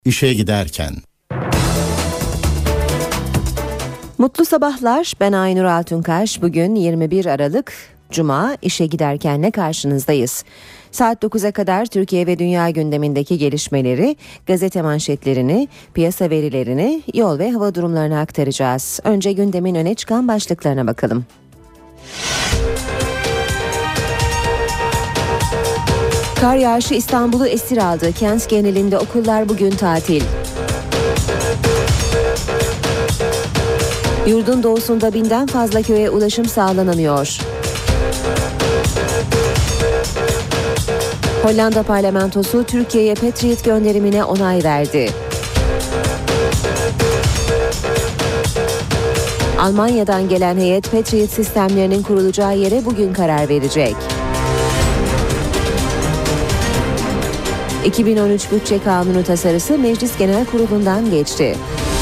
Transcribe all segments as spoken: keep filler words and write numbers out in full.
İşe giderken. Mutlu sabahlar, ben Aynur Altunkaş. Bugün yirmi bir Aralık Cuma, işe giderkenle karşınızdayız. Saat dokuza kadar Türkiye ve dünya gündemindeki gelişmeleri, gazete manşetlerini, piyasa verilerini, yol ve hava durumlarını aktaracağız. Önce gündemin öne çıkan başlıklarına bakalım. Kar yağışı İstanbul'u esir aldı. Kent genelinde okullar bugün tatil. Yurdun doğusunda binden fazla köye ulaşım sağlanamıyor. Hollanda parlamentosu Türkiye'ye Patriot gönderimine onay verdi. Almanya'dan gelen heyet Patriot sistemlerinin kurulacağı yere bugün karar verecek. iki bin on üç Bütçe Kanunu tasarısı Meclis Genel Kurulu'ndan geçti.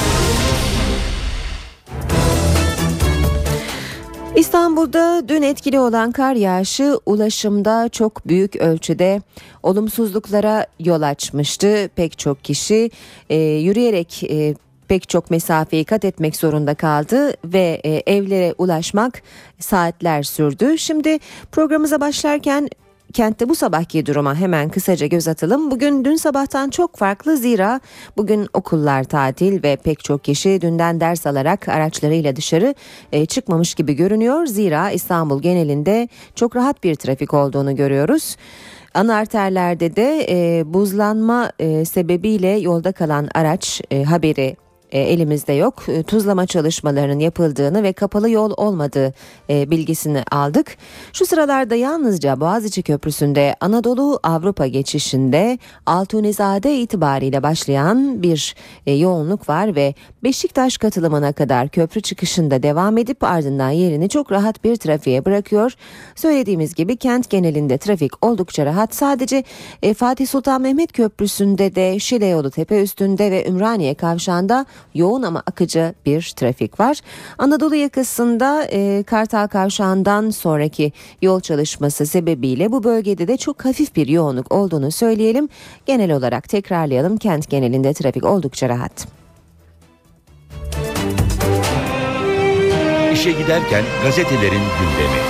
İstanbul'da dün etkili olan kar yağışı ulaşımda çok büyük ölçüde olumsuzluklara yol açmıştı. Pek çok kişi e, yürüyerek e, pek çok mesafeyi kat etmek zorunda kaldı ve e, evlere ulaşmak saatler sürdü. Şimdi programımıza başlarken kentte bu sabahki duruma hemen kısaca göz atalım. Bugün dün sabahtan çok farklı, zira bugün okullar tatil ve pek çok kişi dünden ders alarak araçlarıyla dışarı e, çıkmamış gibi görünüyor. Zira İstanbul genelinde çok rahat bir trafik olduğunu görüyoruz. Ana arterlerde de e, buzlanma e, sebebiyle yolda kalan araç e, haberi E, elimizde yok. E, tuzlama çalışmalarının yapıldığını ve kapalı yol olmadığı e, bilgisini aldık. Şu sıralarda yalnızca Boğaziçi Köprüsü'nde Anadolu Avrupa geçişinde Altunizade itibariyle başlayan bir e, yoğunluk var ve Beşiktaş katılımına kadar köprü çıkışında devam edip ardından yerini çok rahat bir trafiğe bırakıyor. Söylediğimiz gibi kent genelinde trafik oldukça rahat. Sadece e, Fatih Sultan Mehmet Köprüsü'nde de Şile yolu tepe üstünde ve Ümraniye kavşağında yoğun ama akıcı bir trafik var. Anadolu yakasında e, Kartal Kavşağı'ndan sonraki yol çalışması sebebiyle bu bölgede de çok hafif bir yoğunluk olduğunu söyleyelim. Genel olarak tekrarlayalım. Kent genelinde trafik oldukça rahat. İşe giderken gazetelerin gündemi.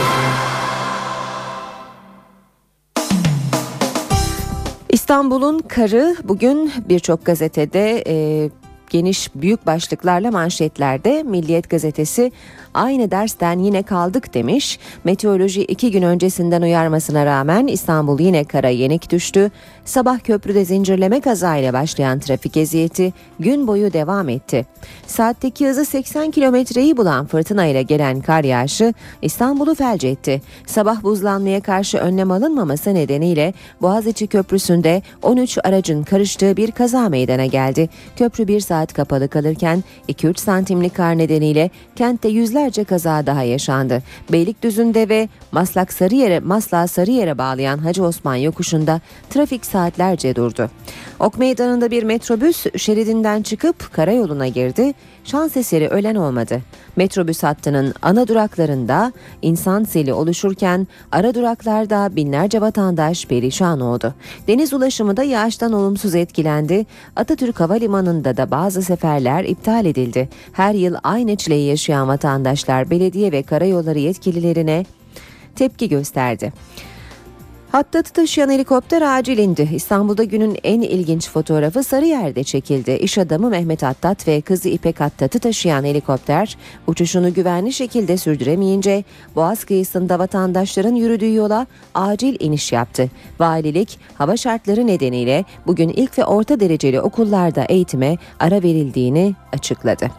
İstanbul'un karı bugün birçok gazetede e, geniş büyük başlıklarla manşetlerde. Milliyet gazetesi aynı dersten yine kaldık demiş. Meteoroloji iki gün öncesinden uyarmasına rağmen İstanbul yine kara yenik düştü. Sabah köprüde zincirleme kazayla başlayan trafik eziyeti gün boyu devam etti. Saatteki hızı seksen kilometreyi bulan fırtına ile gelen kar yağışı İstanbul'u felç etti. Sabah buzlanmaya karşı önlem alınmaması nedeniyle Boğaziçi Köprüsü'nde on üç aracın karıştığı bir kaza meydana geldi. Köprü bir saat kapalı kalırken iki üç santimlik kar nedeniyle kentte yüzlerce kaza daha yaşandı. Beylikdüzü'nde ve Maslak Sarıyer'e Maslak Sarıyer'e bağlayan Hacı Osman yokuşunda trafik saatlerce durdu. Ok Meydanı'nda bir metrobüs şeridinden çıkıp karayoluna girdi. Şans eseri ölen olmadı. Metrobüs hattının ana duraklarında insan seli oluşurken ara duraklarda binlerce vatandaş perişan oldu. Deniz ulaşımı da yağıştan olumsuz etkilendi. Atatürk Havalimanı'nda da bazı seferler iptal edildi. Her yıl aynı çileyi yaşayan vatandaşlar belediye ve karayolları yetkililerine tepki gösterdi. Hattatı taşıyan helikopter acil indi. İstanbul'da günün en ilginç fotoğrafı Sarıyer'de çekildi. İş adamı Mehmet Hattat ve kızı İpek Hattat'ı taşıyan helikopter uçuşunu güvenli şekilde sürdüremeyince Boğaz kıyısında vatandaşların yürüdüğü yola acil iniş yaptı. Valilik hava şartları nedeniyle bugün ilk ve orta dereceli okullarda eğitime ara verildiğini açıkladı.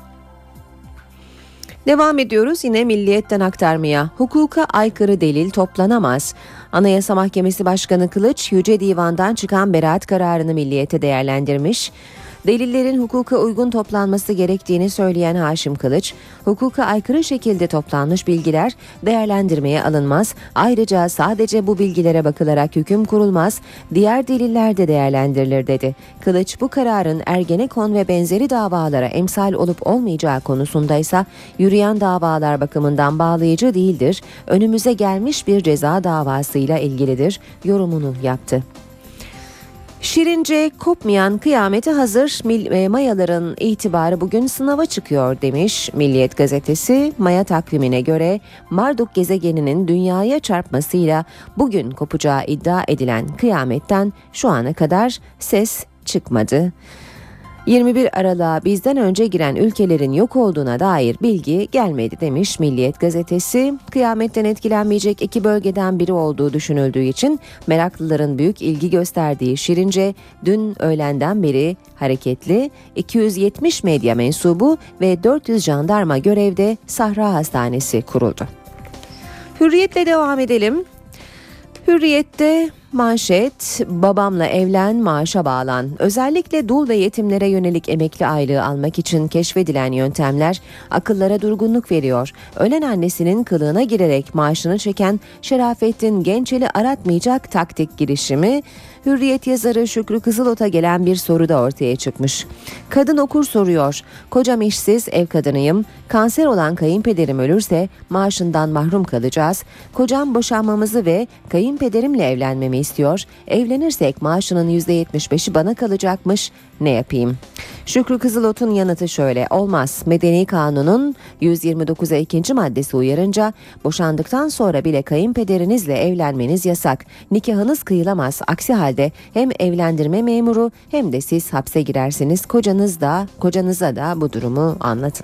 Devam ediyoruz yine Milliyet'ten aktarmaya. Hukuka aykırı delil toplanamaz. Anayasa Mahkemesi Başkanı Kılıç, Yüce Divan'dan çıkan beraat kararını Milliyet'e değerlendirmiş. Delillerin hukuka uygun toplanması gerektiğini söyleyen Haşim Kılıç, hukuka aykırı şekilde toplanmış bilgiler değerlendirmeye alınmaz. Ayrıca sadece bu bilgilere bakılarak hüküm kurulmaz, diğer deliller de değerlendirilir dedi. Kılıç, bu kararın Ergenekon ve benzeri davalara emsal olup olmayacağı konusundaysa yürüyen davalar bakımından bağlayıcı değildir, önümüze gelmiş bir ceza davasıyla ilgilidir yorumunu yaptı. Şirince kopmayan kıyamete hazır, mayaların itibarı bugün sınava çıkıyor demiş Milliyet gazetesi. Maya takvimine göre Marduk gezegeninin dünyaya çarpmasıyla bugün kopacağı iddia edilen kıyametten şu ana kadar ses çıkmadı. yirmi bir Aralık'a bizden önce giren ülkelerin yok olduğuna dair bilgi gelmedi demiş Milliyet gazetesi. Kıyametten etkilenmeyecek iki bölgeden biri olduğu düşünüldüğü için meraklıların büyük ilgi gösterdiği Şirince dün öğlenden beri hareketli, iki yüz yetmiş medya mensubu ve dört yüz jandarma görevde Sahra Hastanesi kuruldu. Hürriyetle devam edelim. Hürriyet'te manşet, babamla evlen, maaşa bağlan. Özellikle dul ve yetimlere yönelik emekli aylığı almak için keşfedilen yöntemler akıllara durgunluk veriyor. Ölen annesinin kılığına girerek maaşını çeken Şerafettin Gençel'i aratmayacak taktik girişimi, Hürriyet yazarı Şükrü Kızılot'a gelen bir soruda ortaya çıkmış. Kadın okur soruyor, kocam işsiz, ev kadınıyım, kanser olan kayınpederim ölürse maaşından mahrum kalacağız. Kocam boşanmamızı ve kayınpederimle evlenmemi istiyor. Evlenirsek maaşının yüzde yetmiş beşi bana kalacakmış. Ne yapayım? Şükrü Kızılot'un yanıtı şöyle: olmaz. Medeni Kanun'un yüz yirmi dokuza ikinci maddesi uyarınca boşandıktan sonra bile kayınpederinizle evlenmeniz yasak. Nikahınız kıyılamaz. Aksi halde hem evlendirme memuru hem de siz hapse girersiniz. Kocanız da, kocanıza da bu durumu anlatın.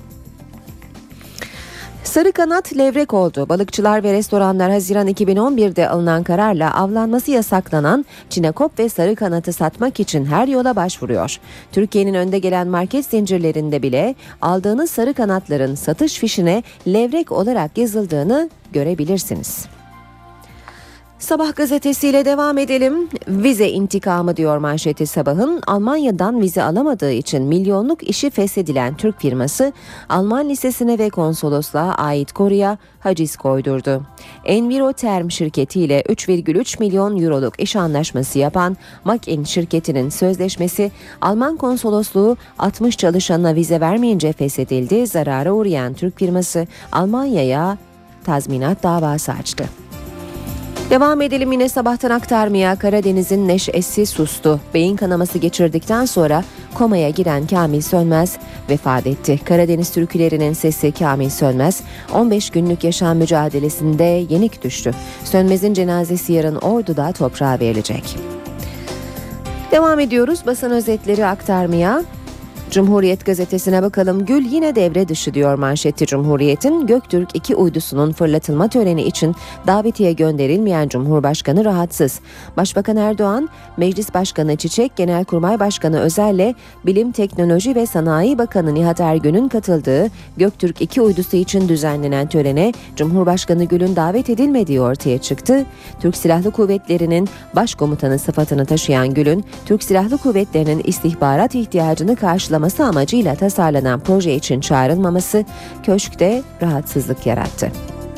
Sarı kanat levrek oldu. Balıkçılar ve restoranlar Haziran iki bin on birde alınan kararla avlanması yasaklanan çinekop ve sarı kanatı satmak için her yola başvuruyor. Türkiye'nin önde gelen market zincirlerinde bile aldığınız sarı kanatların satış fişine levrek olarak yazıldığını görebilirsiniz. Sabah gazetesiyle devam edelim. Vize intikamı diyor manşeti Sabah'ın. Almanya'dan vize alamadığı için milyonluk işi feshedilen Türk firması Alman lisesine ve konsolosluğa ait koruya haciz koydurdu. Enviroterm şirketiyle üç virgül üç milyon euroluk iş anlaşması yapan Makin şirketinin sözleşmesi Alman konsolosluğu altmış çalışanına vize vermeyince feshedildi. Zarara uğrayan Türk firması Almanya'ya tazminat davası açtı. Devam edelim yine sabahtan aktarmaya. Karadeniz'in neşesi sustu. Beyin kanaması geçirdikten sonra komaya giren Kamil Sönmez vefat etti. Karadeniz türkülerinin sesi Kamil Sönmez on beş günlük yaşam mücadelesinde yenik düştü. Sönmez'in cenazesi yarın Ordu'da toprağa verilecek. Devam ediyoruz basın özetleri aktarmaya. Cumhuriyet gazetesine bakalım. Gül yine devre dışı diyor manşeti Cumhuriyet'in. Göktürk iki uydusunun fırlatılma töreni için davetiye gönderilmeyen Cumhurbaşkanı rahatsız. Başbakan Erdoğan, Meclis Başkanı Çiçek, Genelkurmay Başkanı Özel'le Bilim, Teknoloji ve Sanayi Bakanı Nihat Ergün'ün katıldığı Göktürk iki uydusu için düzenlenen törene Cumhurbaşkanı Gül'ün davet edilmediği ortaya çıktı. Türk Silahlı Kuvvetleri'nin başkomutanı sıfatını taşıyan Gül'ün Türk Silahlı Kuvvetleri'nin istihbarat ihtiyacını karşılaması amacıyla tasarlanan proje için çağrılmaması köşkte rahatsızlık yarattı.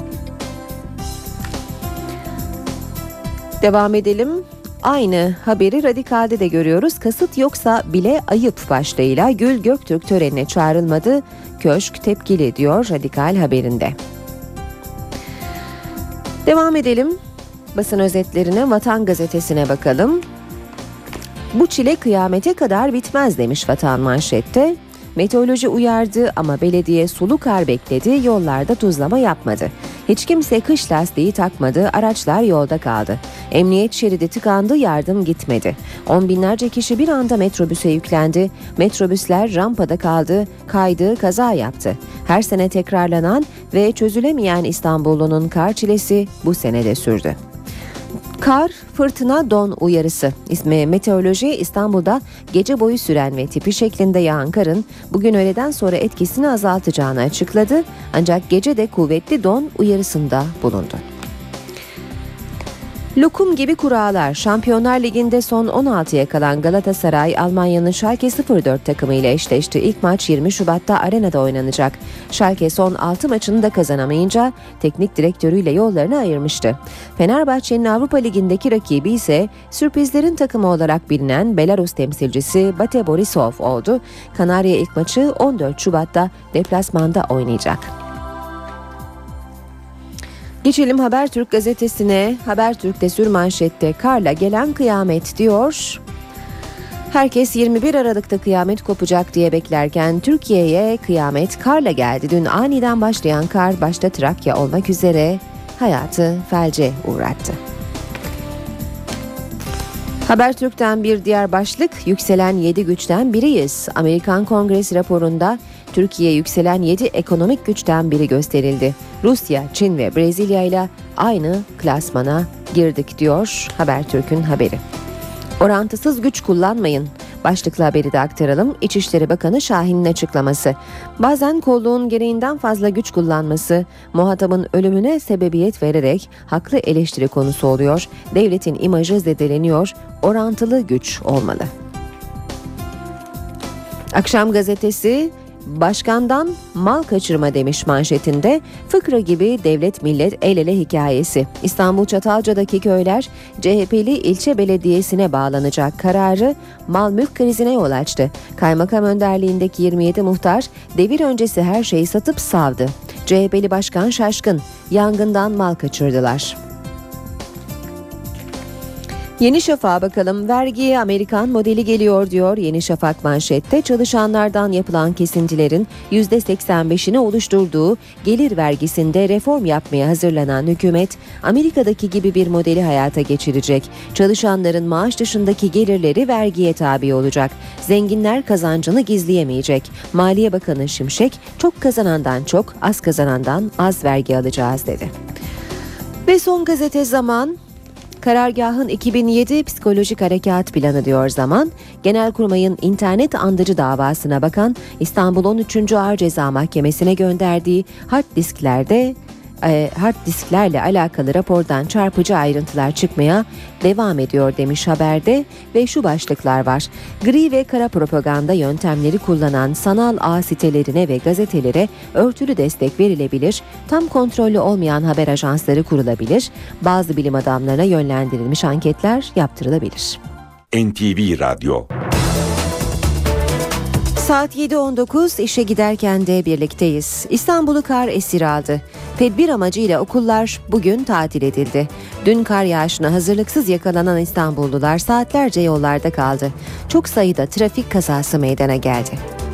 Devam edelim. Aynı haberi Radikal'de de görüyoruz. Kasıt yoksa bile ayıp başlığıyla Gül Göktürk törenine çağrılmadı. Köşk tepkili diyor Radikal haberinde. Devam edelim. Basın özetlerine, Vatan gazetesine bakalım. Bu çile kıyamete kadar bitmez demiş Vatan manşette. Meteoroloji uyardı ama belediye sulu kar bekledi, yollarda tuzlama yapmadı. Hiç kimse kış lastiği takmadı, araçlar yolda kaldı. Emniyet şeridi tıkandı, yardım gitmedi. On binlerce kişi bir anda metrobüse yüklendi. Metrobüsler rampada kaldı, kaydı, kaza yaptı. Her sene tekrarlanan ve çözülemeyen İstanbullunun kar çilesi bu sene de sürdü. Kar, fırtına, don uyarısı. İsmi meteoroloji İstanbul'da gece boyu süren ve tipi şeklinde yağan karın bugün öğleden sonra etkisini azaltacağını açıkladı. Ancak gece de kuvvetli don uyarısında bulundu. Lokum gibi kurallar. Şampiyonlar Ligi'nde son on altıya kalan Galatasaray, Almanya'nın Schalke sıfır dört takımı ile eşleşti. İlk maç yirmi Şubat'ta arenada oynanacak. Schalke son altı maçını da kazanamayınca teknik direktörüyle yollarını ayırmıştı. Fenerbahçe'nin Avrupa Ligi'ndeki rakibi ise sürprizlerin takımı olarak bilinen Belarus temsilcisi Bate Borisov oldu. Kanarya ilk maçı on dört Şubat'ta deplasmanda oynayacak. Geçelim Habertürk gazetesine. Habertürk'te sürmanşette karla gelen kıyamet diyor. Herkes yirmi bir Aralık'ta kıyamet kopacak diye beklerken Türkiye'ye kıyamet karla geldi. Dün aniden başlayan kar başta Trakya olmak üzere hayatı felce uğrattı. Habertürk'ten bir diğer başlık, yükselen yedi güçten biriyiz. Amerikan Kongresi raporunda Türkiye yükselen yedi ekonomik güçten biri gösterildi. Rusya, Çin ve Brezilya ile aynı klasmana girdik diyor Habertürk'ün haberi. Orantısız güç kullanmayın. Başlıklı haberi de aktaralım. İçişleri Bakanı Şahin'in açıklaması. Bazen kolluğun gereğinden fazla güç kullanması muhatabın ölümüne sebebiyet vererek haklı eleştiri konusu oluyor. Devletin imajı zedeleniyor. Orantılı güç olmalı. Akşam gazetesi başkandan mal kaçırma demiş manşetinde. Fıkra gibi devlet millet el ele hikayesi. İstanbul Çatalca'daki köyler C H P'li ilçe belediyesine bağlanacak kararı mal mülk krizine yol açtı. Kaymakam önderliğindeki yirmi yedi muhtar devir öncesi her şeyi satıp savdı. C H P'li başkan şaşkın, yangından mal kaçırdılar. Yeni Şafak'a bakalım. Vergiye Amerikan modeli geliyor diyor Yeni Şafak manşette. Çalışanlardan yapılan kesintilerin yüzde seksen beşini oluşturduğu gelir vergisinde reform yapmaya hazırlanan hükümet Amerika'daki gibi bir modeli hayata geçirecek. Çalışanların maaş dışındaki gelirleri vergiye tabi olacak. Zenginler kazancını gizleyemeyecek. Maliye Bakanı Şimşek çok kazanandan çok, az kazanandan az vergi alacağız dedi. Ve son gazete Zaman. Karargahın iki bin yedi psikolojik harekat planı diyor Zaman. Genelkurmay'ın internet andırıcı davasına bakan İstanbul on üçüncü Ağır Ceza Mahkemesi'ne gönderdiği hard disklerde e, hard disklerle alakalı rapordan çarpıcı ayrıntılar çıkmaya devam ediyor demiş haberde ve şu başlıklar var. Gri ve kara propaganda yöntemleri kullanan sanal ağ sitelerine ve gazetelere örtülü destek verilebilir, tam kontrollü olmayan haber ajansları kurulabilir, bazı bilim adamlarına yönlendirilmiş anketler yaptırılabilir. N T V Radyo. Saat yedi on dokuz, işe giderken de birlikteyiz. İstanbul'u kar esir aldı. Tedbir amacıyla okullar bugün tatil edildi. Dün kar yağışına hazırlıksız yakalanan İstanbullular saatlerce yollarda kaldı. Çok sayıda trafik kazası meydana geldi.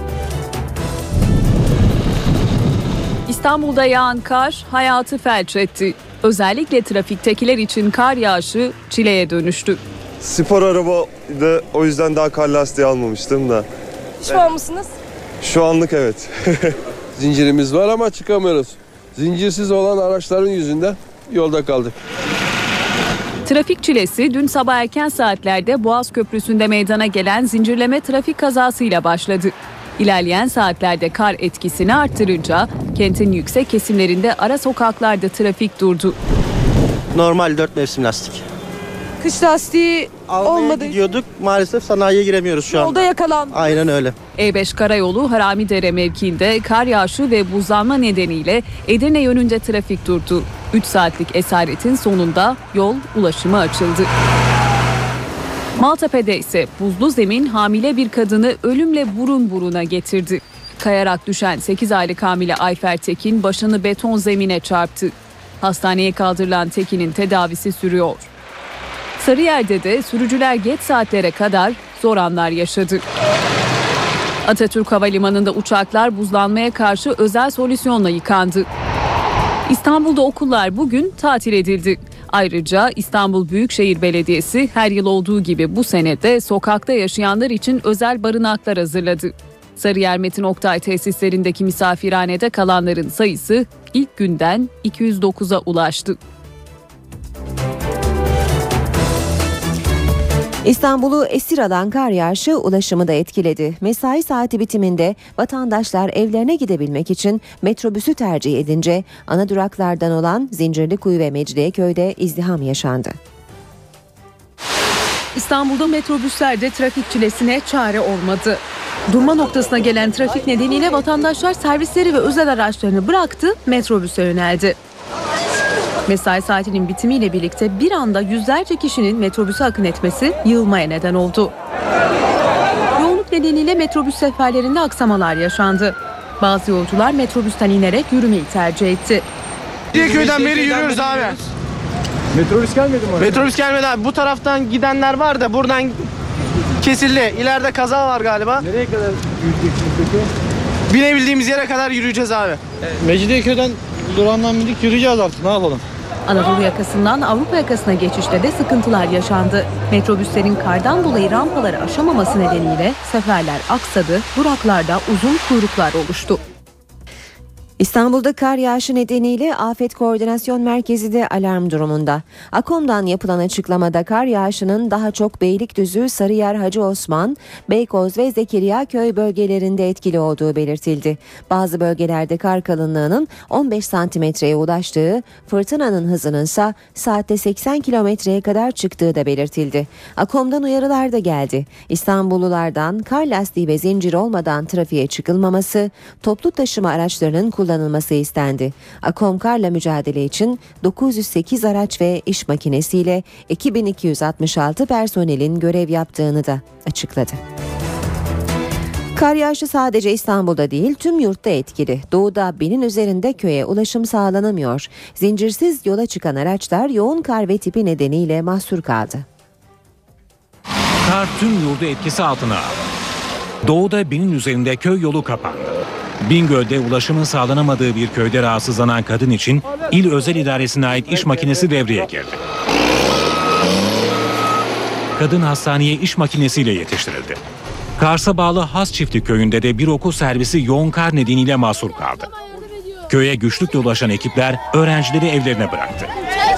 İstanbul'da yağan kar hayatı felç etti. Özellikle trafiktekiler için kar yağışı çileye dönüştü. Spor arabada, o yüzden daha kar lastiği almamıştım da. Pişman mısınız? Şu anlık evet. Zincirimiz var ama çıkamıyoruz. Zincirsiz olan araçların yüzünden yolda kaldık. Trafik çilesi dün sabah erken saatlerde Boğaz Köprüsü'nde meydana gelen zincirleme trafik kazasıyla başladı. İlerleyen saatlerde kar etkisini arttırınca kentin yüksek kesimlerinde ara sokaklarda trafik durdu. Normal dört mevsim lastik. Kış lastiği Almaya olmadı. gidiyorduk, maalesef sanayiye giremiyoruz şu anda. Yolda yakalan. Aynen öyle. E beş karayolu Haramidere mevkiinde kar yağışı ve buzlanma nedeniyle Edirne yönünde trafik durdu. üç saatlik esaretin sonunda yol ulaşıma açıldı. Maltepe'de ise buzlu zemin hamile bir kadını ölümle burun buruna getirdi. Kayarak düşen sekiz aylık hamile Ayfer Tekin başını beton zemine çarptı. Hastaneye kaldırılan Tekin'in tedavisi sürüyor. Sarıyer'de de sürücüler geç saatlere kadar zor anlar yaşadı. Atatürk Havalimanı'nda uçaklar buzlanmaya karşı özel solüsyonla yıkandı. İstanbul'da okullar bugün tatil edildi. Ayrıca İstanbul Büyükşehir Belediyesi her yıl olduğu gibi bu sene de sokakta yaşayanlar için özel barınaklar hazırladı. Sarıyer Metin Oktay tesislerindeki misafirhanede kalanların sayısı ilk günden iki yüz dokuza ulaştı. İstanbul'u esir alan kar yağışı ulaşımı da etkiledi. Mesai saati bitiminde vatandaşlar evlerine gidebilmek için metrobüsü tercih edince ana duraklardan olan Zincirlikuyu ve Mecidiyeköy'de izdiham yaşandı. İstanbul'da metrobüslerde trafik çilesine çare olmadı. Durma noktasına gelen trafik nedeniyle vatandaşlar servisleri ve özel araçlarını bıraktı, metrobüse yöneldi. Mesai saatinin bitimiyle birlikte bir anda yüzlerce kişinin metrobüse akın etmesi yığılmaya neden oldu. Yoğunluk nedeniyle metrobüs seferlerinde aksamalar yaşandı. Bazı yolcular metrobüsten inerek yürümeyi tercih etti. Mecidiyeköy'den beri yürüyoruz abi. Metrobüs gelmedi mi oraya? Metrobüs gelmedi abi. Bu taraftan gidenler var da buradan kesildi. İleride kaza var galiba. Nereye kadar yürüyeceksiniz peki? Binebildiğimiz yere kadar yürüyeceğiz abi. Mecidiyeköy'den durağından bindik, yürüyeceğiz artık, ne yapalım? Anadolu yakasından Avrupa yakasına geçişte de sıkıntılar yaşandı. Metrobüslerin kardan dolayı rampaları aşamaması nedeniyle seferler aksadı, duraklarda uzun kuyruklar oluştu. İstanbul'da kar yağışı nedeniyle Afet Koordinasyon Merkezi de alarm durumunda. AKOM'dan yapılan açıklamada kar yağışının daha çok Beylikdüzü, Sarıyer, Hacı Osman, Beykoz ve Zekeriyaköy bölgelerinde etkili olduğu belirtildi. Bazı bölgelerde kar kalınlığının on beş santimetreye ulaştığı, fırtınanın hızının ise saatte seksen kilometreye kadar çıktığı da belirtildi. AKOM'dan uyarılar da geldi. İstanbullulardan kar lastiği ve zincir olmadan trafiğe çıkılmaması, toplu taşıma araçlarının kullanılması istendi. AKOM karla mücadele için dokuz yüz sekiz araç ve iş makinesiyle iki bin iki yüz altmış altı personelin görev yaptığını da açıkladı. Kar yağışı sadece İstanbul'da değil tüm yurtta etkili. Doğuda binin üzerinde köye ulaşım sağlanamıyor. Zincirsiz yola çıkan araçlar yoğun kar ve tipi nedeniyle mahsur kaldı. Kar tüm yurdu etkisi altına aldı. Doğuda binin üzerinde köy yolu kapandı. Bingöl'de ulaşımın sağlanamadığı bir köyde rahatsızlanan kadın için İl Özel İdaresi'ne ait iş makinesi devreye girdi. Kadın hastaneye iş makinesiyle yetiştirildi. Kars'a bağlı Has Çiftlik köyünde de bir okul servisi yoğun kar nedeniyle mahsur kaldı. Köye güçlükle ulaşan ekipler öğrencileri evlerine bıraktı.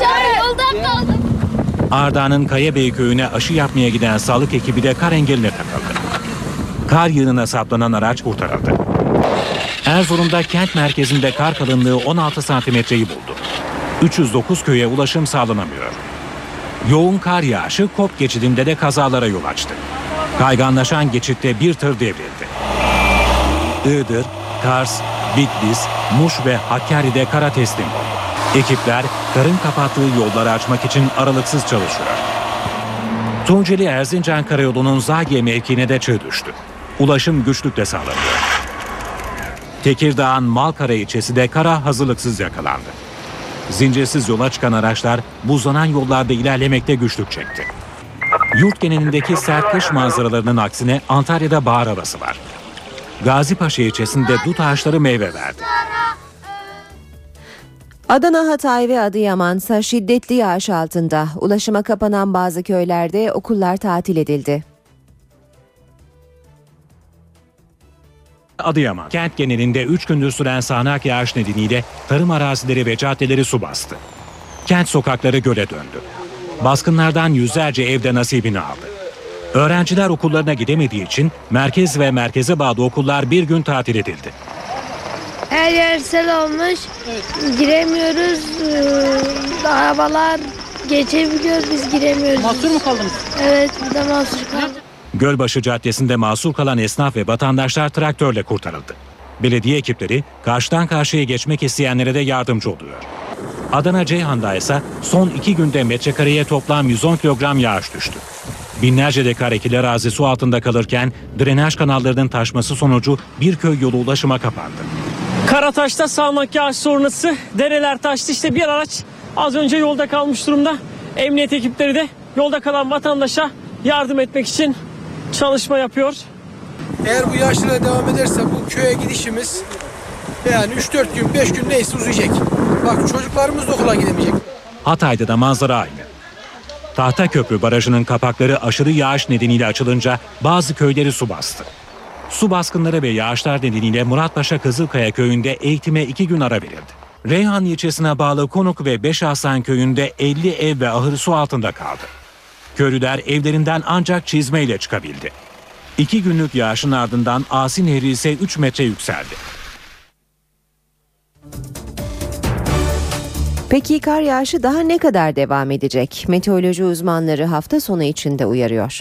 Ardahan'ın Kayabey köyüne aşı yapmaya giden sağlık ekibi de kar engeline takıldı. Kar yığınına saplanan araç kurtarıldı. Erzurum'da kent merkezinde kar kalınlığı on altı santimetreyi buldu. üç yüz dokuz köye ulaşım sağlanamıyor. Yoğun kar yağışı Kop geçidinde de kazalara yol açtı. Kayganlaşan geçitte bir tır devrildi. Iğdır, Kars, Bitlis, Muş ve Hakkari'de kara teslim oldu. Ekipler karın kapattığı yolları açmak için aralıksız çalışıyor. Tunceli Erzincan Karayolu'nun Zagye mevkiine de çığ düştü. Ulaşım güçlükle sağlanıyor. Tekirdağ'ın Malkara ilçesi de kara hazırlıksız yakalandı. Zincirsiz yola çıkan araçlar buzlanan yollarda ilerlemekte güçlük çekti. Yurt genelindeki sert kış manzaralarının aksine Antalya'da bahar havası var. Gazipaşa ilçesinde dut ağaçları meyve verdi. Adana, Hatay ve Adıyaman ise şiddetli yağış altında. Ulaşıma kapanan bazı köylerde okullar tatil edildi. Adıyaman, kent genelinde üç gündür süren sağanak yağış nedeniyle tarım arazileri ve caddeleri su bastı. Kent sokakları göle döndü. Baskınlardan yüzlerce evde nasibini aldı. Öğrenciler okullarına gidemediği için merkez ve merkeze bağlı okullar bir gün tatil edildi. Her yer sel olmuş, evet. Giremiyoruz, ee, arabalar geçebiliyor, biz giremiyoruz. Mahsur mu kaldınız? Evet, burada mahsur kaldık. Gölbaşı Caddesi'nde mahsur kalan esnaf ve vatandaşlar traktörle kurtarıldı. Belediye ekipleri karşıdan karşıya geçmek isteyenlere de yardımcı oluyor. Adana Ceyhan'da ise son iki günde metrekareye toplam yüz on kilogram yağış düştü. Binlerce dekar ekili arazi su altında kalırken drenaj kanallarının taşması sonucu bir köy yolu ulaşıma kapandı. Karataş'ta sağanak yağış sonrası dereler taştı. İşte bir araç az önce yolda kalmış durumda. Emniyet ekipleri de yolda kalan vatandaşa yardım etmek için çalışma yapıyor. Eğer bu yağışlara devam ederse bu köye gidişimiz yani üç dört gün beş gün neyse uzayacak. Bak çocuklarımız da okula gidemeyecek. Hatay'da da manzara aynı. Tahtaköprü Barajı'nın kapakları aşırı yağış nedeniyle açılınca bazı köyleri su bastı. Su baskınları ve yağışlar nedeniyle Muratpaşa Kızılkaya köyünde eğitime iki gün ara verildi. Reyhan ilçesine bağlı Konuk ve Beşarslan köyünde elli ev ve ahır su altında kaldı. Köylüler evlerinden ancak çizmeyle çıkabildi. İki günlük yağışın ardından Asi Nehri ise üç metre yükseldi. Peki kar yağışı daha ne kadar devam edecek? Meteoroloji uzmanları hafta sonu için de uyarıyor.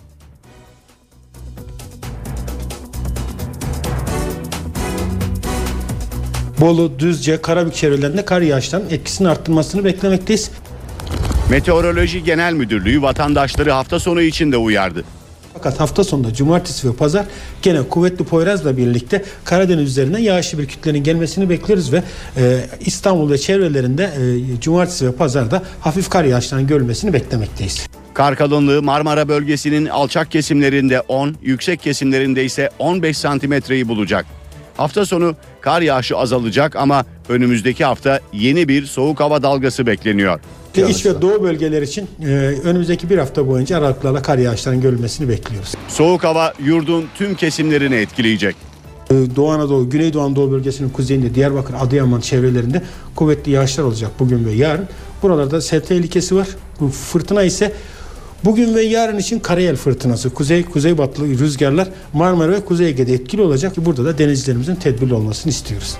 Bolu, Düzce, Karabük çevrelerinde kar yağışlarının etkisini arttırmasını beklemekteyiz. Meteoroloji Genel Müdürlüğü vatandaşları hafta sonu için de uyardı. Fakat hafta sonunda cumartesi ve pazar gene kuvvetli Poyraz'la birlikte Karadeniz üzerinden yağışlı bir kütlenin gelmesini bekliyoruz ve e, İstanbul ve çevrelerinde e, cumartesi ve pazarda hafif kar yağışlarının görülmesini beklemekteyiz. Kar kalınlığı Marmara bölgesinin alçak kesimlerinde on, yüksek kesimlerinde ise on beş santimetreyi bulacak. Hafta sonu kar yağışı azalacak ama önümüzdeki hafta yeni bir soğuk hava dalgası bekleniyor. İç ve doğu bölgeler için e, önümüzdeki bir hafta boyunca aralıklarla kar yağışlarının görülmesini bekliyoruz. Soğuk hava yurdun tüm kesimlerini etkileyecek. Doğu Anadolu, Güneydoğu Anadolu bölgesinin kuzeyinde, Diyarbakır, Adıyaman çevrelerinde kuvvetli yağışlar olacak bugün ve yarın. Buralarda sel tehlikesi var. Bu fırtına ise bugün ve yarın için Karayel fırtınası, kuzey kuzeybatılı rüzgarlar Marmara ve Kuzey Ege'de etkili olacak. Burada da denizcilerimizin tedbirli olmasını istiyoruz.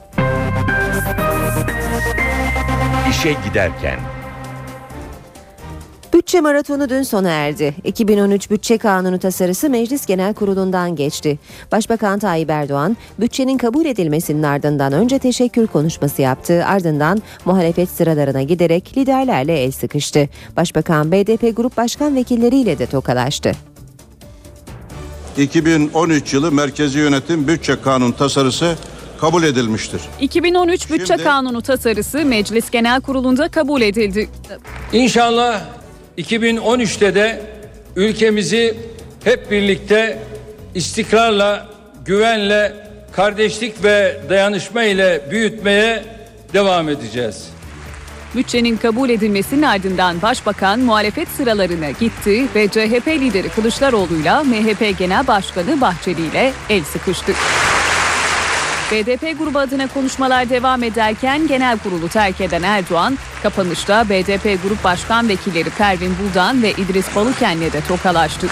İşe giderken. Bütçe maratonu dün sona erdi. iki bin on üç Bütçe Kanunu tasarısı Meclis Genel Kurulu'ndan geçti. Başbakan Tayyip Erdoğan, bütçenin kabul edilmesinin ardından önce teşekkür konuşması yaptı. Ardından muhalefet sıralarına giderek liderlerle el sıkıştı. Başbakan B D P Grup Başkan Vekilleriyle de tokalaştı. iki bin on üç yılı Merkezi Yönetim Bütçe Kanunu tasarısı kabul edilmiştir. iki bin on üç Bütçe Şimdi... Kanunu tasarısı Meclis Genel Kurulu'nda kabul edildi. İnşallah iki bin on üçte de ülkemizi hep birlikte istikrarla, güvenle, kardeşlik ve dayanışma ile büyütmeye devam edeceğiz. Bütçenin kabul edilmesinin ardından Başbakan muhalefet sıralarına gitti ve C H P lideri Kılıçdaroğlu'yla M H P Genel Başkanı Bahçeli ile el sıkıştı. B D P grubu adına konuşmalar devam ederken genel kurulu terk eden Erdoğan, kapanışta B D P Grup Başkan Vekilleri Pervin Buldan ve İdris Balıken'le de tokalaştı.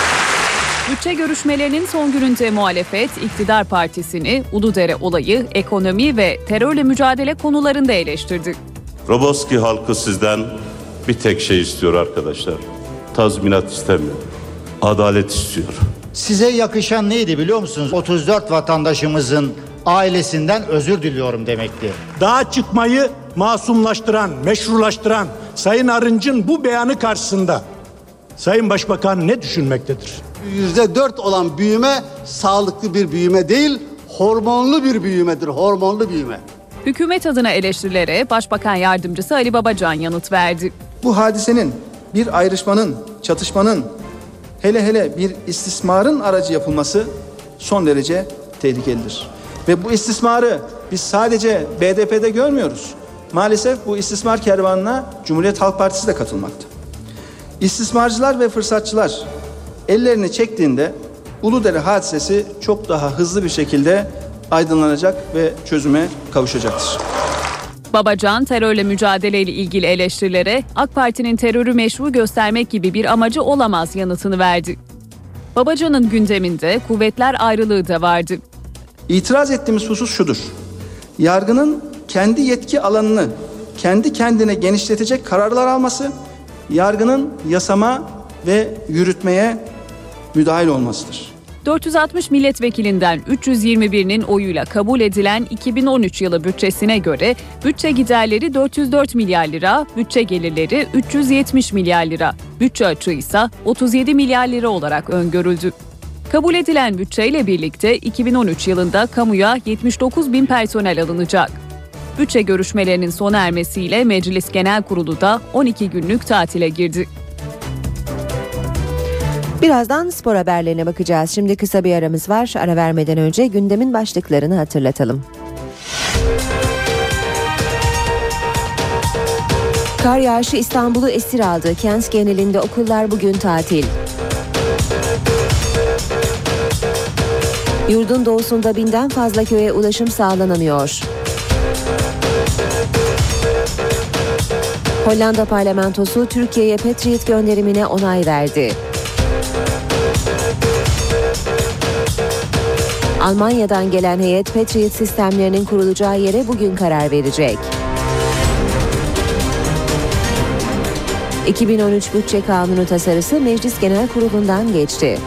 Bütçe görüşmelerinin son gününde muhalefet, iktidar partisini Uludere olayı, ekonomi ve terörle mücadele konularında eleştirdi. Roboski halkı sizden bir tek şey istiyor arkadaşlar. Tazminat istemiyor. Adalet istiyor. Size yakışan neydi biliyor musunuz? otuz dört vatandaşımızın ailesinden özür diliyorum demekti. Dağa çıkmayı masumlaştıran, meşrulaştıran Sayın Arınç'ın bu beyanı karşısında Sayın Başbakan ne düşünmektedir? yüzde dört olan büyüme sağlıklı bir büyüme değil, hormonlu bir büyümedir, hormonlu büyüme. Hükümet adına eleştirilere Başbakan Yardımcısı Ali Babacan yanıt verdi. Bu hadisenin, bir ayrışmanın, çatışmanın, hele hele bir istismarın aracı yapılması son derece tehlikelidir. Ve bu istismarı biz sadece B D P'de görmüyoruz. Maalesef bu istismar kervanına Cumhuriyet Halk Partisi de katılmakta. İstismarcılar ve fırsatçılar ellerini çektiğinde Uludere hadisesi çok daha hızlı bir şekilde aydınlanacak ve çözüme kavuşacaktır. Babacan terörle mücadeleyle ilgili eleştirilere AK Parti'nin terörü meşru göstermek gibi bir amacı olamaz yanıtını verdi. Babacan'ın gündeminde kuvvetler ayrılığı da vardı. İtiraz ettiğimiz husus şudur. Yargının kendi yetki alanını kendi kendine genişletecek kararlar alması, yargının yasama ve yürütmeye müdahil olmasıdır. dört yüz altmış milletvekilinden üç yüz yirmi birinin oyuyla kabul edilen iki bin on üç yılı bütçesine göre bütçe giderleri dört yüz dört milyar lira, bütçe gelirleri üç yüz yetmiş milyar lira, bütçe açığı ise otuz yedi milyar lira olarak öngörüldü. Kabul edilen bütçeyle birlikte iki bin on üç yılında kamuya yetmiş dokuz bin personel alınacak. Bütçe görüşmelerinin sona ermesiyle Meclis Genel Kurulu da on iki günlük tatile girdi. Birazdan spor haberlerine bakacağız. Şimdi kısa bir aramız var. Ara vermeden önce gündemin başlıklarını hatırlatalım. Kar yağışı İstanbul'u esir aldı. Kent genelinde okullar bugün tatil. Yurdun doğusunda binden fazla köye ulaşım sağlanamıyor. Hollanda parlamentosu Türkiye'ye Patriot gönderimine onay verdi. Almanya'dan gelen heyet Patriot sistemlerinin kurulacağı yere bugün karar verecek. iki bin on üç Bütçe Kanunu tasarısı Meclis Genel Kurulu'ndan geçti.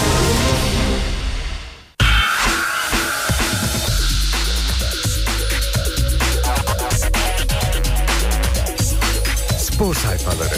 Spor sayfaları.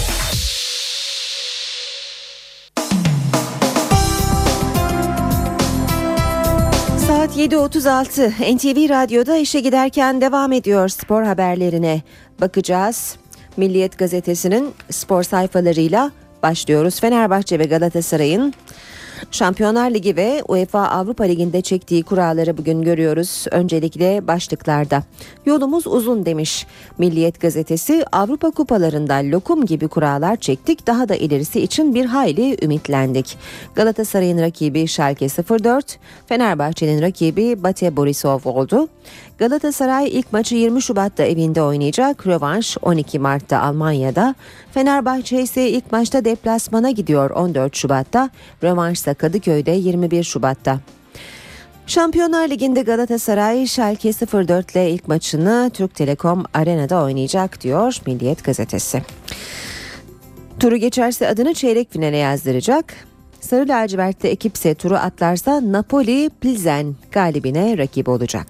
Saat yedi otuz altı N T V Radyo'da işe giderken devam ediyor spor haberlerine bakacağız. Milliyet gazetesinin spor sayfalarıyla başlıyoruz. Fenerbahçe ve Galatasaray'ın Şampiyonlar Ligi ve UEFA Avrupa Ligi'nde çektiği kuralları bugün görüyoruz. Öncelikle başlıklarda. Yolumuz uzun demiş Milliyet gazetesi. Avrupa kupalarında lokum gibi kurallar çektik. Daha da ilerisi için bir hayli ümitlendik. Galatasaray'ın rakibi Schalke sıfır dört, Fenerbahçe'nin rakibi Bate Borisov oldu. Galatasaray ilk maçı yirmi Şubat'ta evinde oynayacak. Rövanş on iki Mart'ta Almanya'da. Fenerbahçe ise ilk maçta deplasmana gidiyor on dört Şubat'ta. Rövanş ise Kadıköy'de yirmi bir Şubat'ta. Şampiyonlar Ligi'nde Galatasaray Schalke sıfır dört ile ilk maçını Türk Telekom Arena'da oynayacak diyor Milliyet gazetesi. Turu geçerse adını çeyrek finale yazdıracak. Sarı lacivertli ekipse turu atlarsa Napoli Pilsen galibine rakip olacak.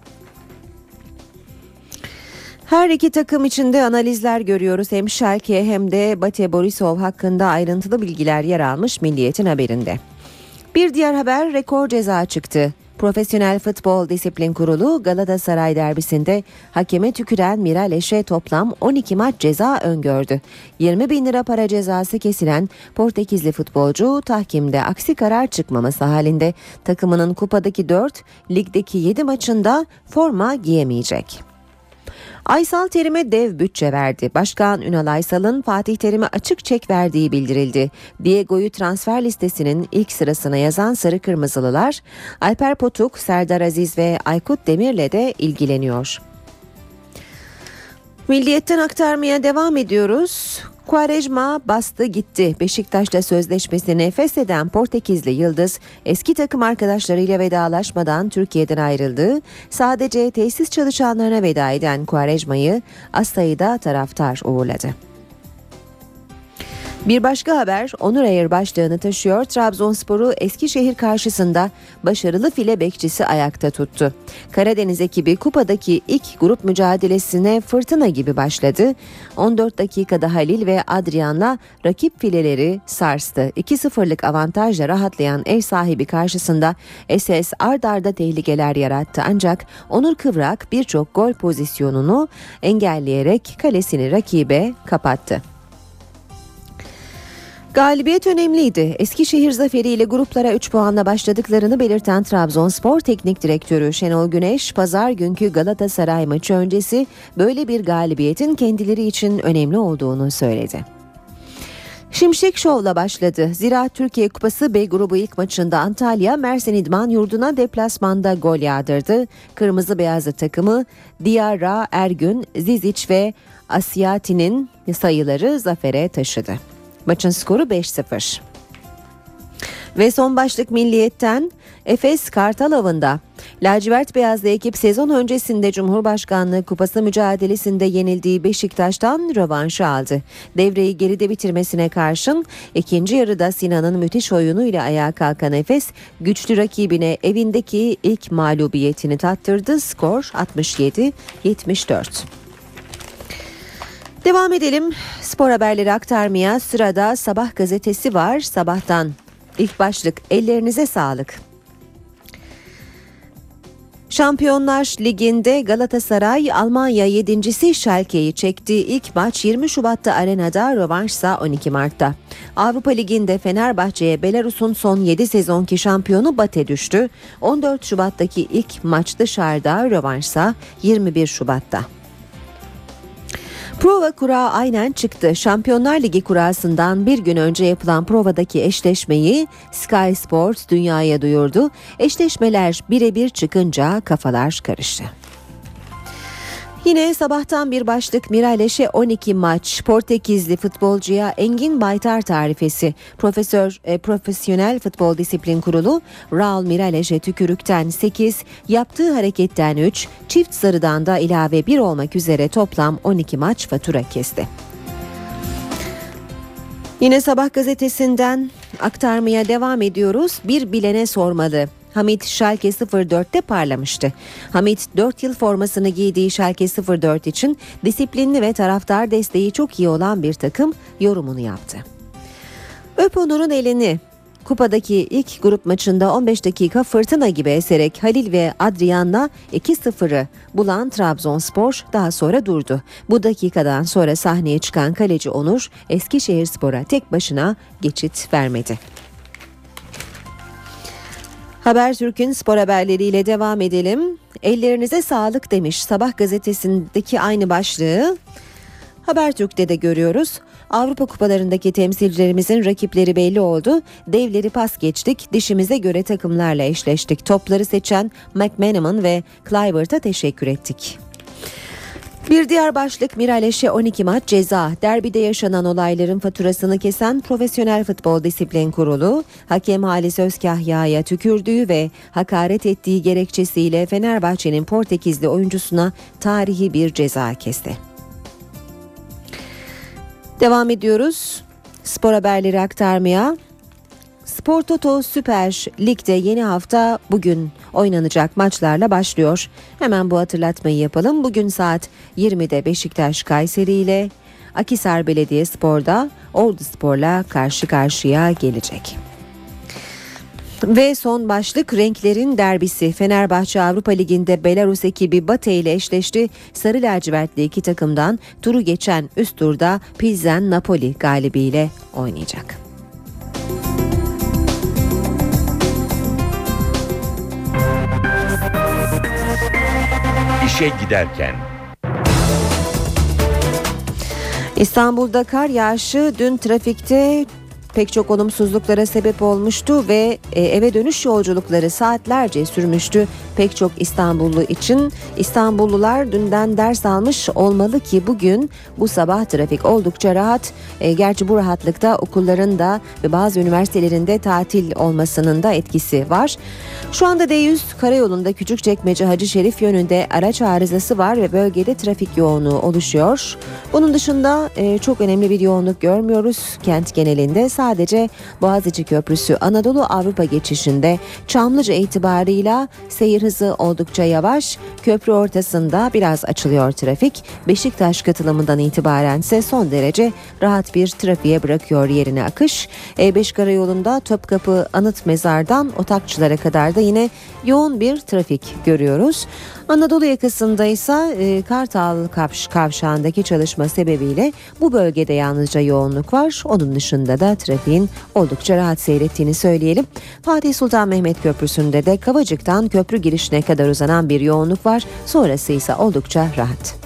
Her iki takım içinde analizler görüyoruz. Hem Schalke hem de Bate Borisov hakkında ayrıntılı bilgiler yer almış Milliyet'in haberinde. Bir diğer haber, rekor ceza çıktı. Profesyonel Futbol Disiplin Kurulu Galatasaray derbisinde hakeme tüküren Mirales'e toplam on iki maç ceza öngördü. yirmi bin lira para cezası kesilen Portekizli futbolcu tahkimde aksi karar çıkmaması halinde takımının kupadaki dört, ligdeki yedi maçında forma giyemeyecek. Aysal Terim'e dev bütçe verdi. Başkan Ünal Aysal'ın Fatih Terim'e açık çek verdiği bildirildi. Diego'yu transfer listesinin ilk sırasına yazan Sarı Kırmızılılar, Alper Potuk, Serdar Aziz ve Aykut Demir'le de ilgileniyor. Milliyet'ten aktarmaya devam ediyoruz. Quaresma bastı gitti. Beşiktaş'ta sözleşmesini fesheden Portekizli Yıldız eski takım arkadaşlarıyla vedalaşmadan Türkiye'den ayrıldı. Sadece tesis çalışanlarına veda eden Quaresma'yı az sayıda taraftar uğurladı. Bir başka haber Onur Ayer başlığını taşıyor. Trabzonspor'u Eskişehir karşısında başarılı file bekçisi ayakta tuttu. Karadeniz ekibi kupadaki ilk grup mücadelesine fırtına gibi başladı. on dört dakikada Halil ve Adrian'la rakip fileleri sarstı. iki sıfırlık avantajla rahatlayan ev sahibi karşısında S S ard arda tehlikeler yarattı. Ancak Onur Kıvrak birçok gol pozisyonunu engelleyerek kalesini rakibe kapattı. Galibiyet önemliydi. Eskişehir zaferiyle gruplara üç puanla başladıklarını belirten Trabzonspor Teknik Direktörü Şenol Güneş, pazar günkü Galatasaray maçı öncesi böyle bir galibiyetin kendileri için önemli olduğunu söyledi. Şimşek Şov'la başladı. Ziraat Türkiye Kupası B grubu ilk maçında Antalya, Mersin İdman Yurdu'na deplasmanda gol yağdırdı. Kırmızı beyazlı takımı Diarra, Ergün, Zizic ve Asiyati'nin sayıları zafere taşıdı. Maçın skoru beş sıfır. Ve son başlık Milliyet'ten, Efes Kartal Avı'nda. Lacivert beyazlı ekip sezon öncesinde Cumhurbaşkanlığı Kupası mücadelesinde yenildiği Beşiktaş'tan rövanşı aldı. Devreyi geride bitirmesine karşın ikinci yarıda Sinan'ın müthiş oyunuyla ayağa kalkan Efes, güçlü rakibine evindeki ilk mağlubiyetini tattırdı. Skor altmış yedi yetmiş dört. Devam edelim spor haberleri aktarmaya. Sırada Sabah gazetesi var. Sabahtan ilk başlık, ellerinize sağlık. Şampiyonlar Ligi'nde Galatasaray Almanya yedincisi Schalke'yi çekti. İlk maç yirmi Şubat'ta Arena'da, rövanşsa on iki Mart'ta. Avrupa Ligi'nde Fenerbahçe'ye Belarus'un son yedi sezonki şampiyonu Bate düştü. on dört Şubat'taki ilk maç dışarıda, rövanşsa yirmi bir Şubat'ta. Prova kurağı aynen çıktı. Şampiyonlar Ligi kurasından bir gün önce yapılan provadaki eşleşmeyi Sky Sports dünyaya duyurdu. Eşleşmeler birebir çıkınca kafalar karıştı. Yine sabahtan bir başlık, Mirales'e on iki maç, Portekizli futbolcuya Engin Baytar tarifesi. Profesör e, Profesyonel Futbol Disiplin Kurulu Raul Mirales'e tükürükten sekiz, yaptığı hareketten üç, çift sarıdan da ilave bir olmak üzere toplam on iki maç fatura kesti. Yine Sabah gazetesinden aktarmaya devam ediyoruz. Bir bilene sormalı. Hamit Schalke sıfır dörtte parlamıştı. Hamit dört yıl formasını giydiği Schalke sıfır dört için disiplinli ve taraftar desteği çok iyi olan bir takım yorumunu yaptı. Öp Onur'un elini. kupadaki ilk grup maçında on beş dakika fırtına gibi eserek Halil ve Adrian'la iki sıfırı bulan Trabzonspor daha sonra durdu. Bu dakikadan sonra sahneye çıkan kaleci Onur Eskişehirspor'a tek başına geçit vermedi. Habertürk'ün spor haberleriyle devam edelim. Ellerinize sağlık demiş Sabah gazetesindeki aynı başlığı Habertürk'te de görüyoruz. Avrupa kupalarındaki temsilcilerimizin rakipleri belli oldu. Devleri pas geçtik, dişimize göre takımlarla eşleştik. Topları seçen McManaman ve Kluivert'a teşekkür ettik. Bir diğer başlık Miraleş'e on iki maç ceza. Derbide yaşanan olayların faturasını kesen Profesyonel Futbol Disiplin Kurulu, hakem Halis Özkahya'ya tükürdüğü ve hakaret ettiği gerekçesiyle Fenerbahçe'nin Portekizli oyuncusuna tarihi bir ceza kesti. Devam ediyoruz spor haberleri aktarmaya. Spor Toto Süper Lig'de yeni hafta bugün oynanacak maçlarla başlıyor. Hemen bu hatırlatmayı yapalım. Bugün saat yirmide Beşiktaş Kayseri ile, Akhisar Belediyespor'da Orduspor'la karşı karşıya gelecek. Ve son başlık renklerin derbisi. Fenerbahçe Avrupa Ligi'nde Belarus ekibi Bate ile eşleşti. Sarı lacivertli iki takımdan turu geçen üst turda Pilsen Napoli galibiyle oynayacak. İşe giderken. İstanbul'da kar yağışı dün trafikte pek çok olumsuzluklara sebep olmuştu ve eve dönüş yolculukları saatlerce sürmüştü pek çok İstanbullu için. İstanbullular dünden ders almış olmalı ki bugün bu sabah trafik oldukça rahat. E, gerçi bu rahatlıkta okulların da ve bazı üniversitelerinde tatil olmasının da etkisi var. Şu anda D yüz karayolunda Küçükçekmece Hacı Şerif yönünde araç arızası var ve bölgede trafik yoğunluğu oluşuyor. Bunun dışında e, çok önemli bir yoğunluk görmüyoruz kent genelinde. Sadece Boğaziçi Köprüsü Anadolu Avrupa geçişinde Çamlıca itibarıyla seyir hızı oldukça yavaş. Köprü ortasında biraz açılıyor trafik. Beşiktaş katılımından itibaren ise son derece rahat bir trafiğe bırakıyor yerini akış. E beş karayolunda Topkapı Anıt Mezar'dan Otakçılar'a kadar da yine yoğun bir trafik görüyoruz. Anadolu yakasında ise e, Kartal Kavş, Kavşağı'ndaki çalışma sebebiyle bu bölgede yalnızca yoğunluk var. Onun dışında da trafiğin oldukça rahat seyrettiğini söyleyelim. Fatih Sultan Mehmet Köprüsü'nde de Kavacık'tan köprü girişine kadar uzanan bir yoğunluk var. Sonrası ise oldukça rahat.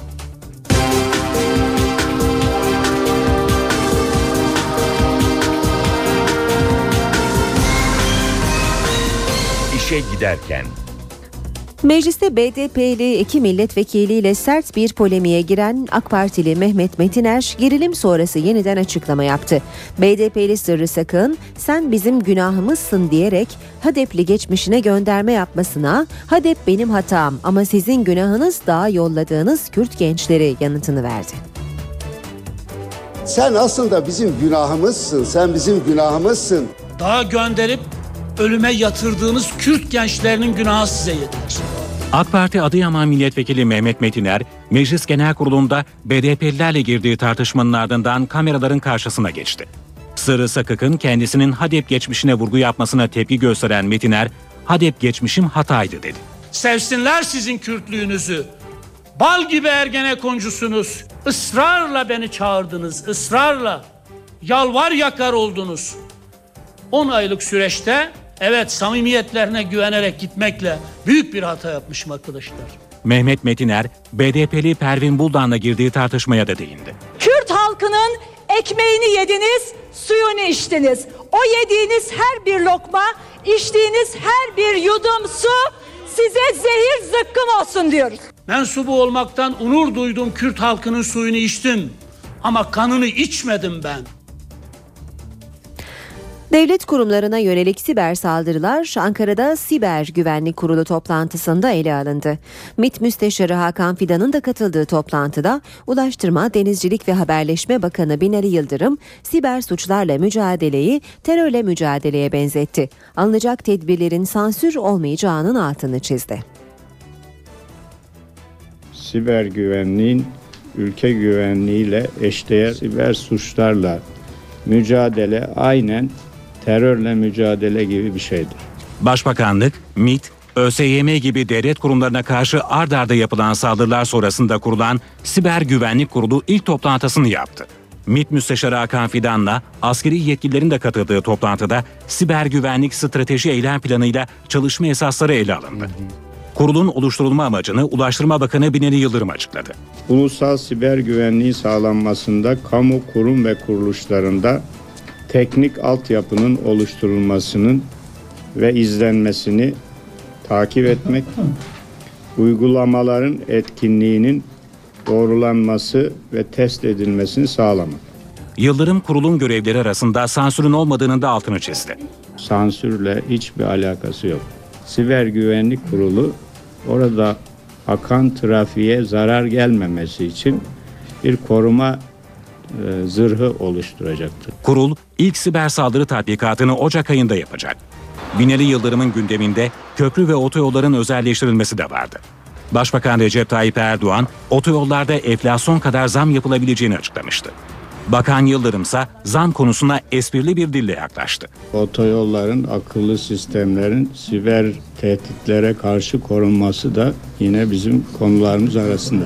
İşe giderken. Mecliste B D P'li iki milletvekiliyle sert bir polemiğe giren AK Partili Mehmet Metiner gerilim sonrası yeniden açıklama yaptı. B D P'li Sırrı Sakın sen bizim günahımızsın diyerek HADEP'li geçmişine gönderme yapmasına HADEP benim hatam ama sizin günahınız daha yolladığınız Kürt gençleri yanıtını verdi. Sen aslında bizim günahımızsın, sen bizim günahımızsın. Daha gönderip ölüme yatırdığınız Kürt gençlerinin günahı size yeter. AK Parti Adıyaman Milletvekili Mehmet Metiner, Meclis Genel Kurulu'nda B D P'lilerle girdiği tartışmanın ardından kameraların karşısına geçti. Sırrı Sakık'ın kendisinin HADEP geçmişine vurgu yapmasına tepki gösteren Metiner, HADEP geçmişim hataydı dedi. Sevsinler sizin Kürtlüğünüzü. Bal gibi Ergenekoncusunuz. Israrla beni çağırdınız, ısrarla. Yalvar yakar oldunuz. on aylık süreçte evet samimiyetlerine güvenerek gitmekle büyük bir hata yapmışım arkadaşlar. Mehmet Metiner, B D P'li Pervin Buldan'la girdiği tartışmaya da değindi. Kürt halkının ekmeğini yediniz, suyunu içtiniz. O yediğiniz her bir lokma, içtiğiniz her bir yudum su size zehir zıkkım olsun diyoruz. Mensubu olmaktan onur duydum, Kürt halkının suyunu içtim. Ama kanını içmedim ben. Devlet kurumlarına yönelik siber saldırılar Ankara'da Siber Güvenlik Kurulu toplantısında ele alındı. MİT Müsteşarı Hakan Fidan'ın da katıldığı toplantıda Ulaştırma, Denizcilik ve Haberleşme Bakanı Binali Yıldırım, siber suçlarla mücadeleyi terörle mücadeleye benzetti. Alınacak tedbirlerin sansür olmayacağının altını çizdi. Siber güvenliğin ülke güvenliğiyle eşdeğer siber suçlarla mücadele aynen terörle mücadele gibi bir şeydir. Başbakanlık, MİT, ÖSYM gibi devlet kurumlarına karşı ard arda yapılan saldırılar sonrasında kurulan Siber Güvenlik Kurulu ilk toplantısını yaptı. MİT Müsteşarı Hakan Fidan'la askeri yetkililerin de katıldığı toplantıda siber güvenlik strateji eylem planıyla çalışma esasları ele alındı. Kurulun oluşturulma amacını Ulaştırma Bakanı Binali Yıldırım açıkladı. Ulusal siber güvenliği sağlanmasında kamu kurum ve kuruluşlarında teknik altyapının oluşturulmasının ve izlenmesini takip etmek, uygulamaların etkinliğinin doğrulanması ve test edilmesini sağlamak. Yıldırım kurulun görevleri arasında sansürün olmadığının da altını çizdi. Sansürle hiçbir alakası yok. Siber Güvenlik Kurulu orada akan trafiğe zarar gelmemesi için bir koruma e, zırhı oluşturacaktır. Kurul ilk siber saldırı tatbikatını Ocak ayında yapacak. Binali Yıldırım'ın gündeminde köprü ve otoyolların özelleştirilmesi de vardı. Başbakan Recep Tayyip Erdoğan, otoyollarda enflasyon kadar zam yapılabileceğini açıklamıştı. Bakan Yıldırım ise zam konusuna esprili bir dille yaklaştı. Otoyolların, akıllı sistemlerin siber tehditlere karşı korunması da yine bizim konularımız arasında.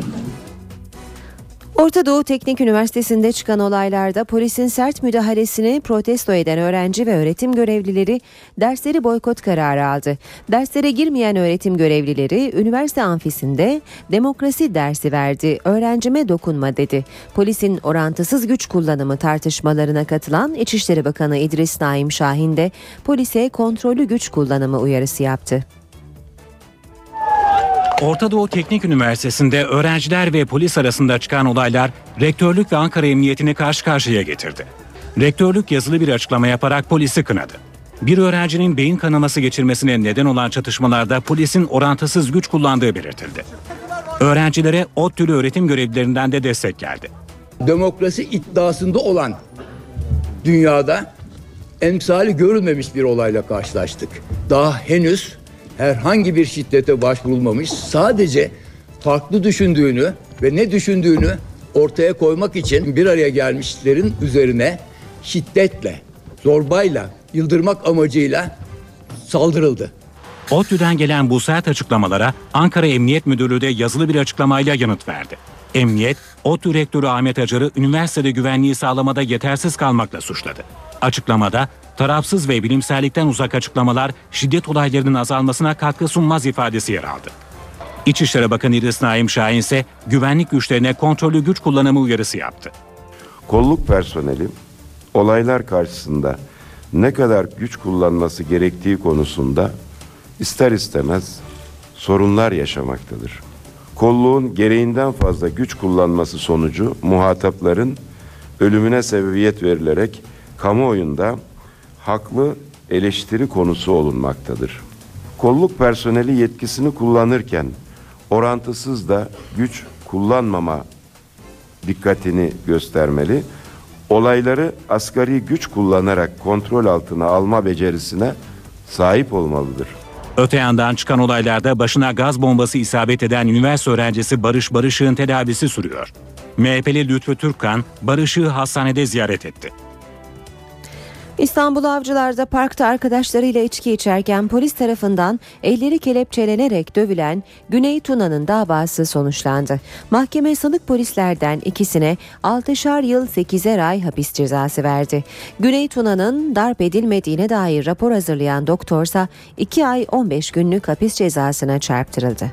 Orta Doğu Teknik Üniversitesi'nde çıkan olaylarda polisin sert müdahalesini protesto eden öğrenci ve öğretim görevlileri dersleri boykot kararı aldı. Derslere girmeyen öğretim görevlileri üniversite amfisinde demokrasi dersi verdi, öğrencime dokunma dedi. Polisin orantısız güç kullanımı tartışmalarına katılan İçişleri Bakanı İdris Naim Şahin de polise kontrollü güç kullanımı uyarısı yaptı. Orta Doğu Teknik Üniversitesi'nde öğrenciler ve polis arasında çıkan olaylar rektörlük ve Ankara Emniyetini karşı karşıya getirdi. Rektörlük yazılı bir açıklama yaparak polisi kınadı. Bir öğrencinin beyin kanaması geçirmesine neden olan çatışmalarda polisin orantısız güç kullandığı belirtildi. Öğrencilere ODTÜ'lü öğretim görevlilerinden de destek geldi. Demokrasi iddiasında olan dünyada emsali görülmemiş bir olayla karşılaştık. Daha henüz herhangi bir şiddete başvurulmamış, sadece farklı düşündüğünü ve ne düşündüğünü ortaya koymak için bir araya gelmişlerin üzerine şiddetle, zorbayla, yıldırmak amacıyla saldırıldı. ODTÜ'den gelen bu sert açıklamalara Ankara Emniyet Müdürlüğü de yazılı bir açıklamayla yanıt verdi. Emniyet, ODTÜ Rektörü Ahmet Acar'ı üniversitede güvenliği sağlamada yetersiz kalmakla suçladı. Açıklamada, tarafsız ve bilimsellikten uzak açıklamalar şiddet olaylarının azalmasına katkı sunmaz ifadesi yer aldı. İçişleri Bakanı İdris Naim Şahin ise güvenlik güçlerine kontrollü güç kullanımı uyarısı yaptı. Kolluk personeli olaylar karşısında ne kadar güç kullanması gerektiği konusunda ister istemez sorunlar yaşamaktadır. Kolluğun gereğinden fazla güç kullanması sonucu muhatapların ölümüne sebebiyet verilerek kamuoyunda haklı eleştiri konusu olunmaktadır. Kolluk personeli yetkisini kullanırken orantısız da güç kullanmama dikkatini göstermeli, olayları asgari güç kullanarak kontrol altına alma becerisine sahip olmalıdır. Öte yandan çıkan olaylarda başına gaz bombası isabet eden üniversite öğrencisi Barış Barışık'ın tedavisi sürüyor. M H P'li Lütfü Türkkan, Barışık'ı hastanede ziyaret etti. İstanbul Avcılar'da parkta arkadaşlarıyla içki içerken polis tarafından elleri kelepçelenerek dövülen Güney Tuna'nın davası sonuçlandı. Mahkeme sanık polislerden ikisine altışar yıl sekizer ay hapis cezası verdi. Güney Tuna'nın darp edilmediğine dair rapor hazırlayan doktorsa iki ay on beş günlük hapis cezasına çarptırıldı.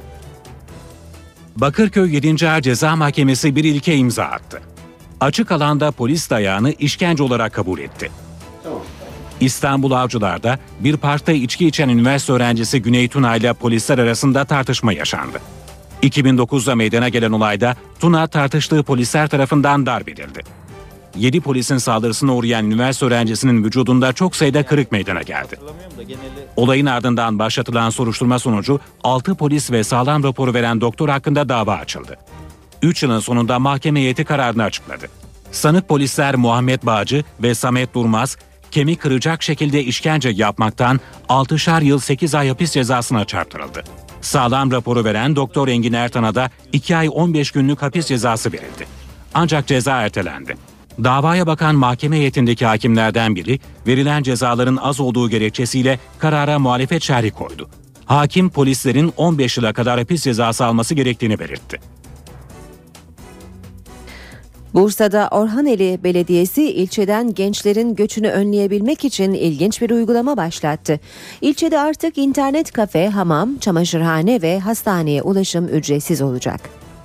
Bakırköy yedinci Ağır Ceza Mahkemesi bir ilke imza attı. Açık alanda polis dayağını işkence olarak kabul etti. İstanbul Avcılar'da bir parkta içki içen üniversite öğrencisi Güney Tuna ile polisler arasında tartışma yaşandı. iki bin dokuzda meydana gelen olayda Tuna tartıştığı polisler tarafından darp edildi. yedi polisin saldırısına uğrayan üniversite öğrencisinin vücudunda çok sayıda kırık meydana geldi. Olayın ardından başlatılan soruşturma sonucu altı polis ve sağlam raporu veren doktor hakkında dava açıldı. üç yılın sonunda mahkeme heyeti kararını açıkladı. Sanık polisler Muhammed Bağcı ve Samet Durmaz, kemik kıracak şekilde işkence yapmaktan altışar yıl sekiz ay hapis cezasına çarptırıldı. Sağlam raporu veren Doktor Engin Ertan'a da iki ay on beş günlük hapis cezası verildi. Ancak ceza ertelendi. Davaya bakan mahkeme heyetindeki hakimlerden biri verilen cezaların az olduğu gerekçesiyle karara muhalefet şerhi koydu. Hakim polislerin on beş yıla kadar hapis cezası alması gerektiğini belirtti. Bursa'da Orhaneli Belediyesi ilçeden gençlerin göçünü önleyebilmek için ilginç bir uygulama başlattı. İlçede artık internet kafe, hamam, çamaşırhane ve hastaneye ulaşım ücretsiz olacak.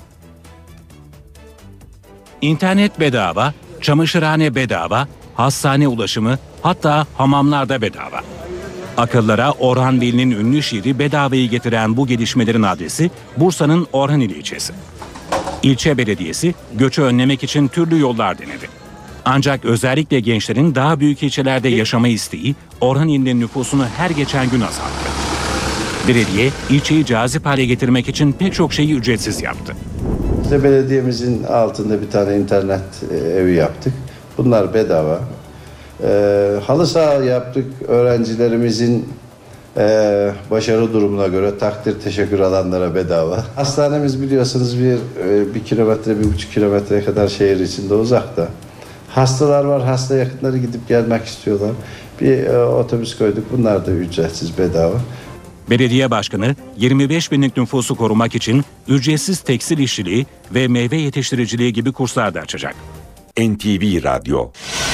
İnternet bedava, çamaşırhane bedava, hastane ulaşımı, hatta hamamlar da bedava. Akıllara Orhan Veli'nin ünlü şiiri bedavayı getiren bu gelişmelerin adresi Bursa'nın Orhaneli ilçesi. İlçe belediyesi göçü önlemek için türlü yollar denedi. Ancak özellikle gençlerin daha büyük ilçelerde yaşama isteği Orhaneli'nin nüfusunu her geçen gün azalttı. Belediye ilçeyi cazip hale getirmek için pek çok şeyi ücretsiz yaptı. Biz belediyemizin altında bir tane internet evi yaptık. Bunlar bedava. Ee, halı saha yaptık. Öğrencilerimizin e, başarı durumuna göre takdir teşekkür alanlara bedava. Hastanemiz biliyorsunuz bir bir kilometre, bir buçuk kilometreye kadar şehir içinde uzakta. Hastalar var, hasta yakınları gidip gelmek istiyorlar. Bir e, otobüs koyduk. Bunlar da ücretsiz, bedava. Belediye başkanı yirmi beş binlik nüfusu korumak için ücretsiz tekstil işçiliği ve meyve yetiştiriciliği gibi kurslar da açacak. N T V Radyo.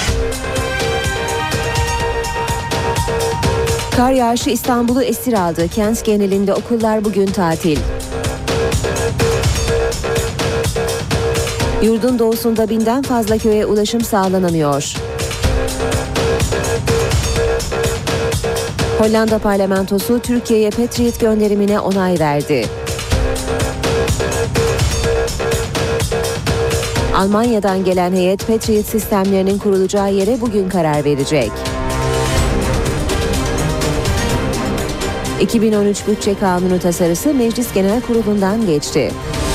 Kar yağışı İstanbul'u esir aldı. Kent genelinde okullar bugün tatil. Yurdun doğusunda binden fazla köye ulaşım sağlanamıyor. Hollanda parlamentosu Türkiye'ye Patriot gönderimine onay verdi. Almanya'dan gelen heyet Patriot sistemlerinin kurulacağı yere bugün karar verecek. iki bin on üç bütçe kanunu tasarısı Meclis Genel Kurulu'ndan geçti.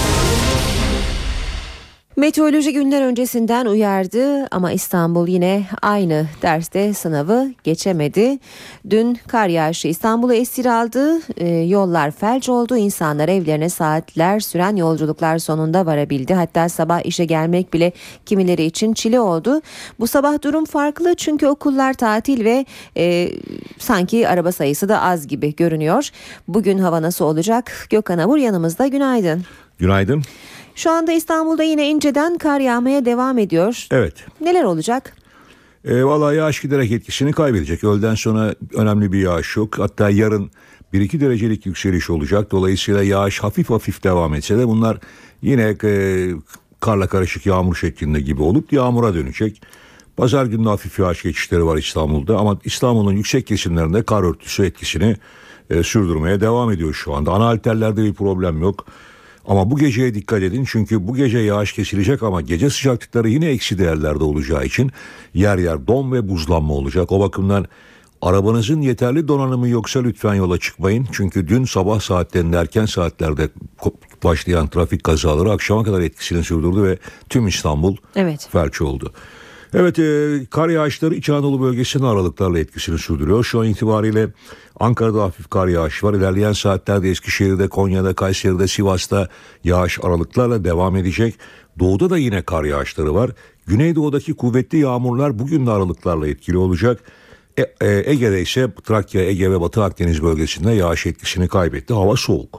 Meteoroloji günler öncesinden uyardı ama İstanbul yine aynı derste sınavı geçemedi. Dün kar yağışı İstanbul'u esir aldı, e, yollar felç oldu, insanlar evlerine saatler süren yolculuklar sonunda varabildi. Hatta sabah işe gelmek bile kimileri için çile oldu. Bu sabah durum farklı çünkü okullar tatil ve e, sanki araba sayısı da az gibi görünüyor. Bugün hava nasıl olacak? Gökhan Avur yanımızda, günaydın. Günaydın. Şu anda İstanbul'da yine inceden kar yağmaya devam ediyor. Evet. Neler olacak? E, vallahi yağış giderek etkisini kaybedecek. Öğleden sonra önemli bir yağış yok. Hatta yarın bir iki derecelik yükseliş olacak. Dolayısıyla yağış hafif hafif devam etse de bunlar yine e, karla karışık yağmur şeklinde gibi olup yağmura dönecek. Pazar günü hafif yağış geçişleri var İstanbul'da ama İstanbul'un yüksek kesimlerinde kar örtüsü etkisini e, sürdürmeye devam ediyor şu anda. Ana halterlerde bir problem yok. Ama bu geceye dikkat edin çünkü bu gece yağış kesilecek ama gece sıcaklıkları yine eksi değerlerde olacağı için yer yer don ve buzlanma olacak. O bakımdan arabanızın yeterli donanımı yoksa lütfen yola çıkmayın. Çünkü dün sabah saatlerinde erken saatlerde başlayan trafik kazaları akşama kadar etkisini sürdürdü ve tüm İstanbul evet. felç oldu. Evet, e, kar yağışları İç Anadolu bölgesinin aralıklarla etkisini sürdürüyor. Şu an itibariyle Ankara'da hafif kar yağışı var. İlerleyen saatlerde Eskişehir'de, Konya'da, Kayseri'de, Sivas'ta yağış aralıklarla devam edecek. Doğuda da yine kar yağışları var. Güneydoğudaki kuvvetli yağmurlar bugün de aralıklarla etkili olacak. E, e, Ege'de ise Trakya, Ege ve Batı Akdeniz bölgesinde yağış etkisini kaybetti. Hava soğuk.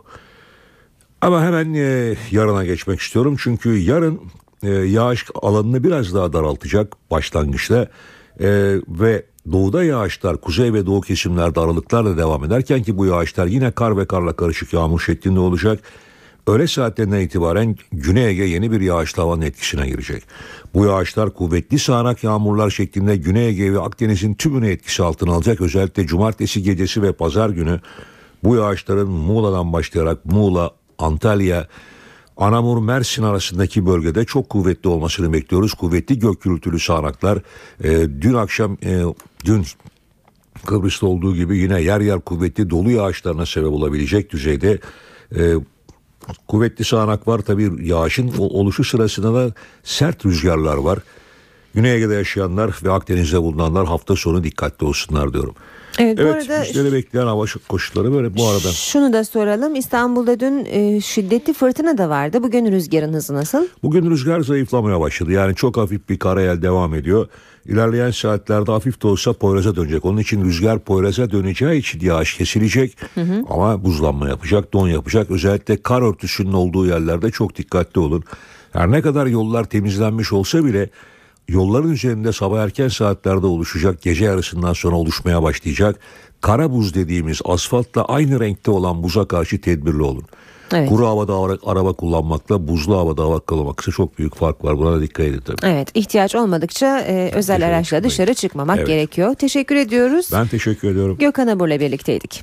Ama hemen e, yarına geçmek istiyorum. Çünkü yarın e, yağış alanını biraz daha daraltacak başlangıçta. E, ve doğuda yağışlar kuzey ve doğu kesimlerde aralıklarla devam ederken ki bu yağışlar yine kar ve karla karışık yağmur şeklinde olacak. Öğle saatlerinden itibaren Güney Ege yeni bir yağışlı havanın etkisine girecek. Bu yağışlar kuvvetli sağanak yağmurlar şeklinde Güney Ege ve Akdeniz'in tümünü etkisi altına alacak. Özellikle cumartesi gecesi ve pazar günü bu yağışların Muğla'dan başlayarak Muğla, Antalya, Anamur, Mersin arasındaki bölgede çok kuvvetli olmasını bekliyoruz. Kuvvetli gök gürültülü sağanaklar e, dün akşam e, dün Kıbrıs'ta olduğu gibi yine yer yer kuvvetli dolu yağışlarına sebep olabilecek düzeyde e, kuvvetli sağanak var. Tabii yağışın oluşu sırasında da sert rüzgarlar var. Güney Ege'de yaşayanlar ve Akdeniz'de bulunanlar hafta sonu dikkatli olsunlar diyorum. Evet, evet bu arada bizleri bekleyen hava koşulları böyle bu arada. Şunu da soralım. İstanbul'da dün e, şiddetli fırtına da vardı. Bugün rüzgarın hızı nasıl? Bugün rüzgar zayıflamaya başladı. Yani çok hafif bir karayel devam ediyor. İlerleyen saatlerde hafif de olsa Poyraz'a dönecek. Onun için rüzgar Poyraz'a döneceği için yağış kesilecek. Hı hı. Ama buzlanma yapacak, don yapacak. Özellikle kar örtüsünün olduğu yerlerde çok dikkatli olun. Her ne kadar yollar temizlenmiş olsa bile yolların üzerinde sabah erken saatlerde oluşacak, gece yarısından sonra oluşmaya başlayacak kara buz dediğimiz asfaltla aynı renkte olan buza karşı tedbirli olun. Evet. Kuru havada araba kullanmakla buzlu havada araba kullanmakta çok büyük fark var. Buna da dikkat edin tabii. Evet, ihtiyaç olmadıkça e, özel dışarı araçla çıkmayın. Dışarı çıkmamak evet. gerekiyor. Teşekkür ediyoruz. Ben teşekkür ediyorum. Gökhan Abur'la birlikteydik.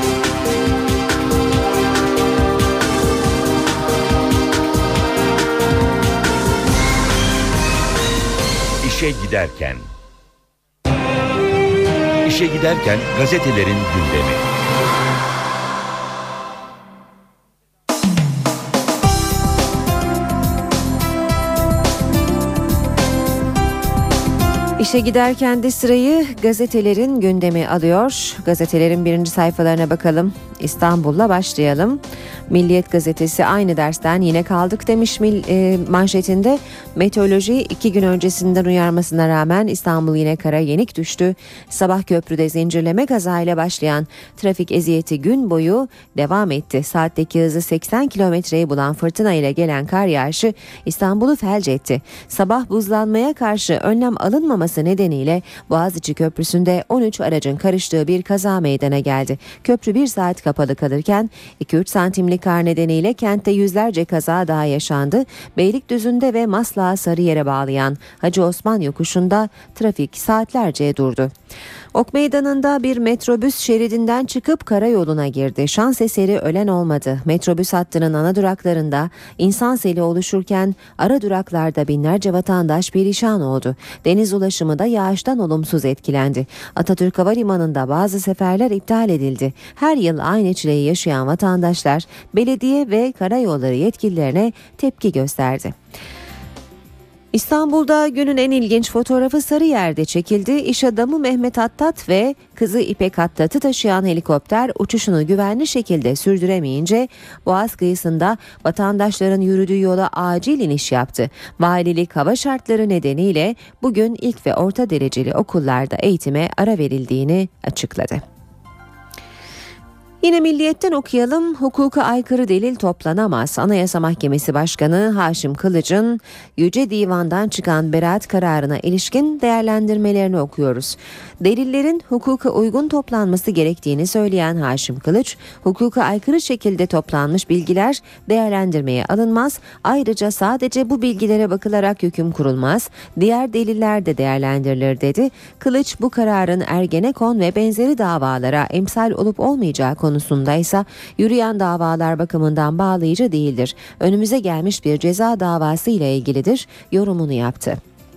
İşe giderken. İşe giderken gazetelerin gündemi. İşe giderken de sırayı gazetelerin gündemi alıyor. Gazetelerin birinci sayfalarına bakalım. İstanbul'la başlayalım. Milliyet gazetesi aynı dersten yine kaldık demiş e, manşetinde. Meteoroloji iki gün öncesinden uyarmasına rağmen İstanbul yine kara yenik düştü. Sabah köprüde zincirleme kazayla başlayan trafik eziyeti gün boyu devam etti. Saatteki hızı seksen kilometreyi bulan fırtına ile gelen kar yağışı İstanbul'u felç etti. Sabah buzlanmaya karşı önlem alınmaması nedeniyle Boğaziçi Köprüsü'nde on üç aracın karıştığı bir kaza meydana geldi. Köprü bir saat kapalı kalırken iki üç santimlik kar nedeniyle kentte yüzlerce kaza daha yaşandı. Beylikdüzü'nde ve Maslak'a Sarıyer'e bağlayan Hacı Osman yokuşunda trafik saatlerce durdu. Ok Meydanı'nda bir metrobüs şeridinden çıkıp karayoluna girdi. Şans eseri ölen olmadı. Metrobüs hattının ana duraklarında insan seli oluşurken ara duraklarda binlerce vatandaş perişan oldu. Deniz ulaşımı da yağıştan olumsuz etkilendi. Atatürk Havalimanı'nda bazı seferler iptal edildi. Her yıl aynı çileyi yaşayan vatandaşlar belediye ve karayolları yetkililerine tepki gösterdi. İstanbul'da günün en ilginç fotoğrafı Sarıyer'de çekildi. İş adamı Mehmet Hattat ve kızı İpek Hattat'ı taşıyan helikopter uçuşunu güvenli şekilde sürdüremeyince Boğaz kıyısında vatandaşların yürüdüğü yola acil iniş yaptı. Valilik hava şartları nedeniyle bugün ilk ve orta dereceli okullarda eğitime ara verildiğini açıkladı. Yine Milliyet'ten okuyalım. Hukuka aykırı delil toplanamaz. Anayasa Mahkemesi Başkanı Haşim Kılıç'ın Yüce Divan'dan çıkan beraat kararına ilişkin değerlendirmelerini okuyoruz. Delillerin hukuka uygun toplanması gerektiğini söyleyen Haşim Kılıç, hukuka aykırı şekilde toplanmış bilgiler değerlendirmeye alınmaz. Ayrıca sadece bu bilgilere bakılarak hüküm kurulmaz. Diğer deliller de değerlendirilir dedi. Kılıç bu kararın Ergenekon ve benzeri davalara emsal olup olmayacağı konusunda ise yürüyen davalar bakımından bağlayıcı değildir. Önümüze gelmiş bir ceza davası ile ilgilidir yorumunu yaptı.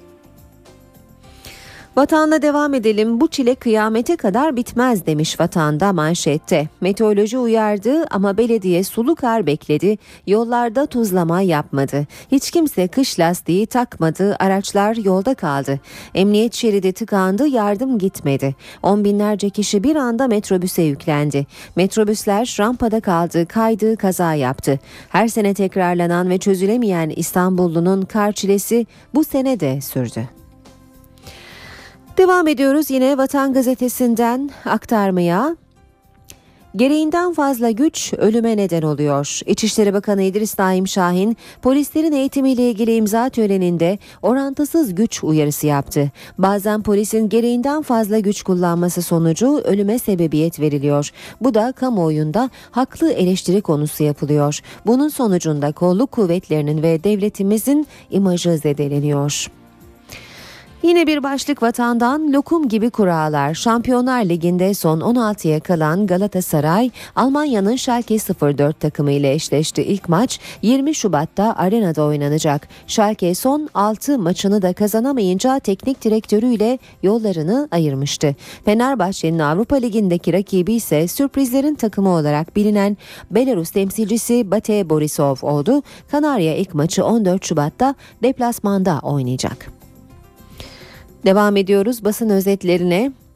Vatanla devam edelim. Bu çile kıyamete kadar bitmez demiş Vatan'da manşette. Meteoroloji uyardı ama belediye sulu kar bekledi. Yollarda tuzlama yapmadı. Hiç kimse kış lastiği takmadı. Araçlar yolda kaldı. Emniyet şeridi tıkandı. Yardım gitmedi. On binlerce kişi bir anda metrobüse yüklendi. Metrobüsler rampada kaldı. Kaydı, kaza yaptı. Her sene tekrarlanan ve çözülemeyen İstanbullunun kar çilesi bu sene de sürdü. Devam ediyoruz yine Vatan Gazetesi'nden aktarmaya. Gereğinden fazla güç ölüme neden oluyor. İçişleri Bakanı İdris Naim Şahin, polislerin eğitimiyle ilgili imza töreninde orantısız güç uyarısı yaptı. Bazen polisin gereğinden fazla güç kullanması sonucu ölüme sebebiyet veriliyor. Bu da kamuoyunda haklı eleştiri konusu yapılıyor. Bunun sonucunda kolluk kuvvetlerinin ve devletimizin imajı zedeleniyor. Yine bir başlık Vatan'dan lokum gibi kurallar. Şampiyonlar Ligi'nde son on altıya kalan Galatasaray, Almanya'nın Schalke sıfır dört takımı ile eşleşti. İlk maç yirmi Şubat'ta arenada oynanacak. Schalke son altı maçını da kazanamayınca teknik direktörüyle yollarını ayırmıştı. Fenerbahçe'nin Avrupa Ligi'ndeki rakibi ise sürprizlerin takımı olarak bilinen Belarus temsilcisi Bate Borisov oldu. Kanarya ilk maçı on dört Şubat'ta deplasmanda oynayacak. Devam ediyoruz basın özetlerine.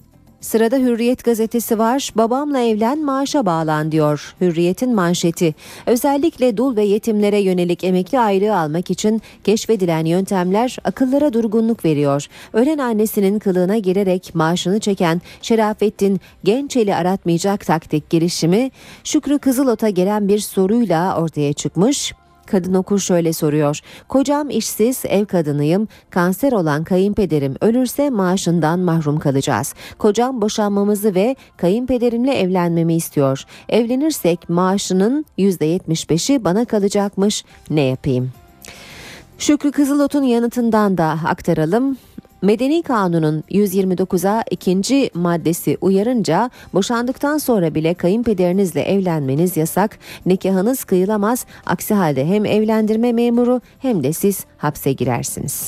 Sırada Hürriyet gazetesi var. Babamla evlen, maaşa bağlan diyor Hürriyet'in manşeti. Özellikle dul ve yetimlere yönelik emekli aylığı almak için keşfedilen yöntemler akıllara durgunluk veriyor. Ölen annesinin kılığına girerek maaşını çeken Şerafettin Gençel'i aratmayacak taktik girişimi Şükrü Kızılot'a gelen bir soruyla ortaya çıkmış. Kadın okur şöyle soruyor. Kocam işsiz, ev kadınıyım. Kanser olan kayınpederim ölürse maaşından mahrum kalacağız. Kocam boşanmamızı ve kayınpederimle evlenmemi istiyor. Evlenirsek maaşının yüzde yetmiş beşi bana kalacakmış. Ne yapayım? Şükrü Kızılot'un yanıtından da aktaralım. Medeni Kanun'un yüz yirmi dokuza ikinci maddesi uyarınca boşandıktan sonra bile kayınpederinizle evlenmeniz yasak, nikahınız kıyılamaz. Aksi halde hem evlendirme memuru hem de siz hapse girersiniz.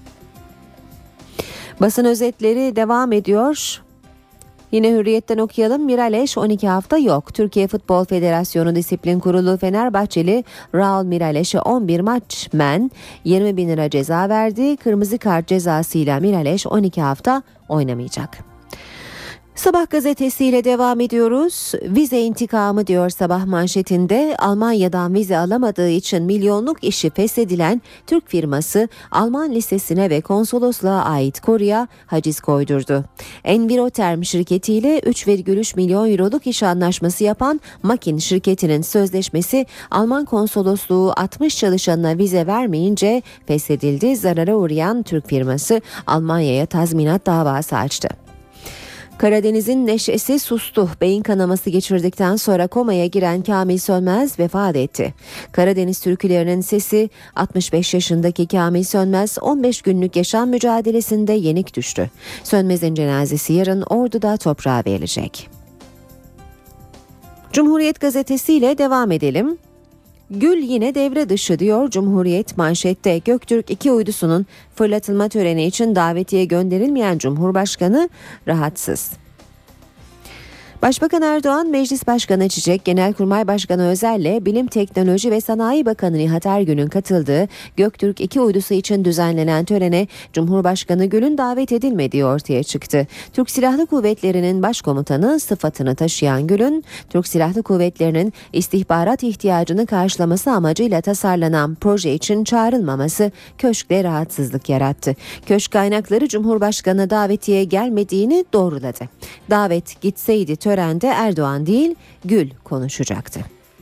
Basın özetleri devam ediyor. Yine Hürriyet'ten okuyalım. Miraleş on iki hafta yok. Türkiye Futbol Federasyonu Disiplin Kurulu Fenerbahçeli Raul Miraleş'e on bir maç men yirmi bin lira ceza verdi. Kırmızı kart cezasıyla Miraleş on iki hafta oynamayacak. Sabah gazetesiyle devam ediyoruz. Vize intikamı diyor sabah manşetinde. Almanya'dan vize alamadığı için milyonluk işi feshedilen Türk firması Alman lisesine ve konsolosluğa ait koruya haciz koydurdu. Enviroterm şirketiyle üç virgül üç milyon euroluk iş anlaşması yapan Makin şirketinin sözleşmesi Alman konsolosluğu altmış çalışanına vize vermeyince feshedildi. Zarara uğrayan Türk firması Almanya'ya tazminat davası açtı. Karadeniz'in neşesi sustu. Beyin kanaması geçirdikten sonra komaya giren Kamil Sönmez vefat etti. Karadeniz türkülerinin sesi altmış beş yaşındaki Kamil Sönmez on beş günlük yaşam mücadelesinde yenik düştü. Sönmez'in cenazesi yarın Ordu'da toprağa verilecek. Cumhuriyet gazetesiyle devam edelim. Gül yine devre dışı diyor Cumhuriyet manşette. Göktürk iki uydusunun fırlatılma töreni için davetiye gönderilmeyen Cumhurbaşkanı rahatsız. Başbakan Erdoğan, Meclis Başkanı Çiçek, Genelkurmay Başkanı Özel'le Bilim, Teknoloji ve Sanayi Bakanı Nihat Ergün'ün katıldığı Göktürk iki uydusu için düzenlenen törene Cumhurbaşkanı Gül'ün davet edilmediği ortaya çıktı. Türk Silahlı Kuvvetleri'nin başkomutanı sıfatını taşıyan Gül'ün, Türk Silahlı Kuvvetleri'nin istihbarat ihtiyacını karşılaması amacıyla tasarlanan proje için çağrılmaması köşkte rahatsızlık yarattı. Köşk kaynakları Cumhurbaşkanı davetiye gelmediğini doğruladı. Davet gitseydi törende Erdoğan değil Gül konuşacaktı.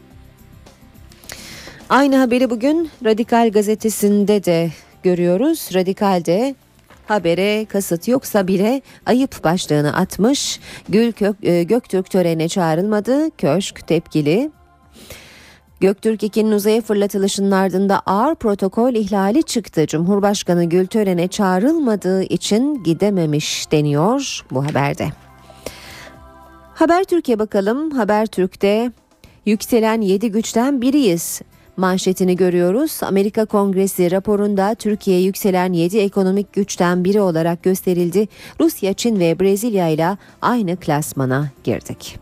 Aynı haberi bugün Radikal gazetesinde de görüyoruz. Radikal'de habere kasıt yoksa bile ayıp başlığını atmış. Gül Kök, Göktürk törenine çağrılmadı. Köşk tepkili. Göktürk iki'nin uzaya fırlatılışının ardında ağır protokol ihlali çıktı. Cumhurbaşkanı Gül törene çağrılmadığı için gidememiş deniyor bu haberde. Habertürk'e bakalım. Habertürk'te yükselen yedi güçten biriyiz manşetini görüyoruz. Amerika Kongresi raporunda Türkiye yükselen yedi ekonomik güçten biri olarak gösterildi. Rusya, Çin ve Brezilya ile aynı klasmana girdik.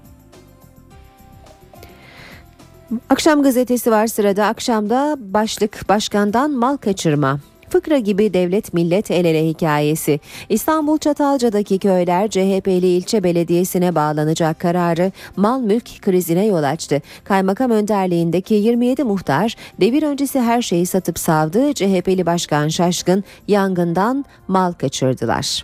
Akşam gazetesi var sırada. Akşamda başlık başkandan mal kaçırma. Fıkra gibi devlet millet el ele hikayesi. İstanbul Çatalca'daki köyler C H P'li ilçe belediyesine bağlanacak kararı mal mülk krizine yol açtı. Kaymakam önderliğindeki yirmi yedi muhtar devir öncesi her şeyi satıp savdı. C H P'li başkan Şaşkın yangından mal kaçırdılar.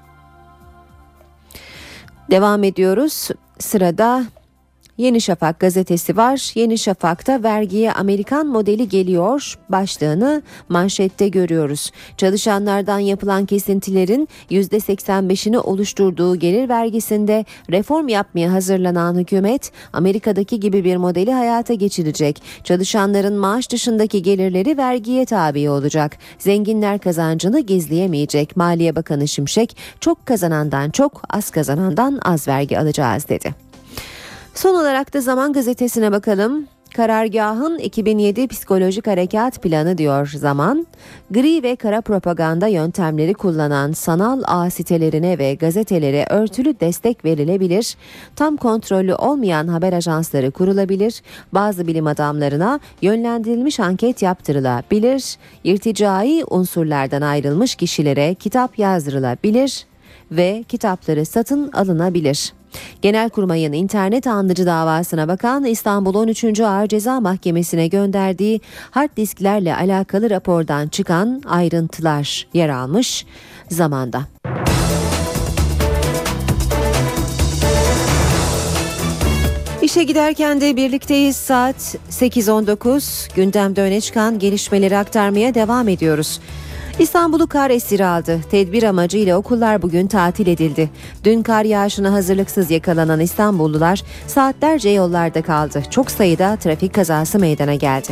Devam ediyoruz. Sırada Yeni Şafak gazetesi var. Yeni Şafak'ta vergiye Amerikan modeli geliyor başlığını manşette görüyoruz. Çalışanlardan yapılan kesintilerin yüzde seksen beşini oluşturduğu gelir vergisinde reform yapmaya hazırlanan hükümet Amerika'daki gibi bir modeli hayata geçirecek. Çalışanların maaş dışındaki gelirleri vergiye tabi olacak. Zenginler kazancını gizleyemeyecek. Maliye Bakanı Şimşek çok kazanandan çok, az kazanandan az vergi alacağız dedi. Son olarak da Zaman Gazetesi'ne bakalım. Karargahın iki bin yedi psikolojik harekat planı diyor Zaman. Gri ve kara propaganda yöntemleri kullanan sanal ağ sitelerine ve gazetelere örtülü destek verilebilir. Tam kontrollü olmayan haber ajansları kurulabilir. Bazı bilim adamlarına yönlendirilmiş anket yaptırılabilir. İrticai unsurlardan ayrılmış kişilere kitap yazdırılabilir. ve kitapları satın alınabilir. Genelkurmay'ın internet andıcı davasına bakan İstanbul on üçüncü Ağır Ceza Mahkemesi'ne gönderdiği hard disklerle alakalı rapordan çıkan ayrıntılar yer almış zamanda. İşe giderken de birlikteyiz. Saat sekiz on dokuz. Gündemde öne çıkan gelişmeleri aktarmaya devam ediyoruz. İstanbul'u kar esiri aldı. Tedbir amacıyla okullar bugün tatil edildi. Dün kar yağışına hazırlıksız yakalanan İstanbullular saatlerce yollarda kaldı. Çok sayıda trafik kazası meydana geldi.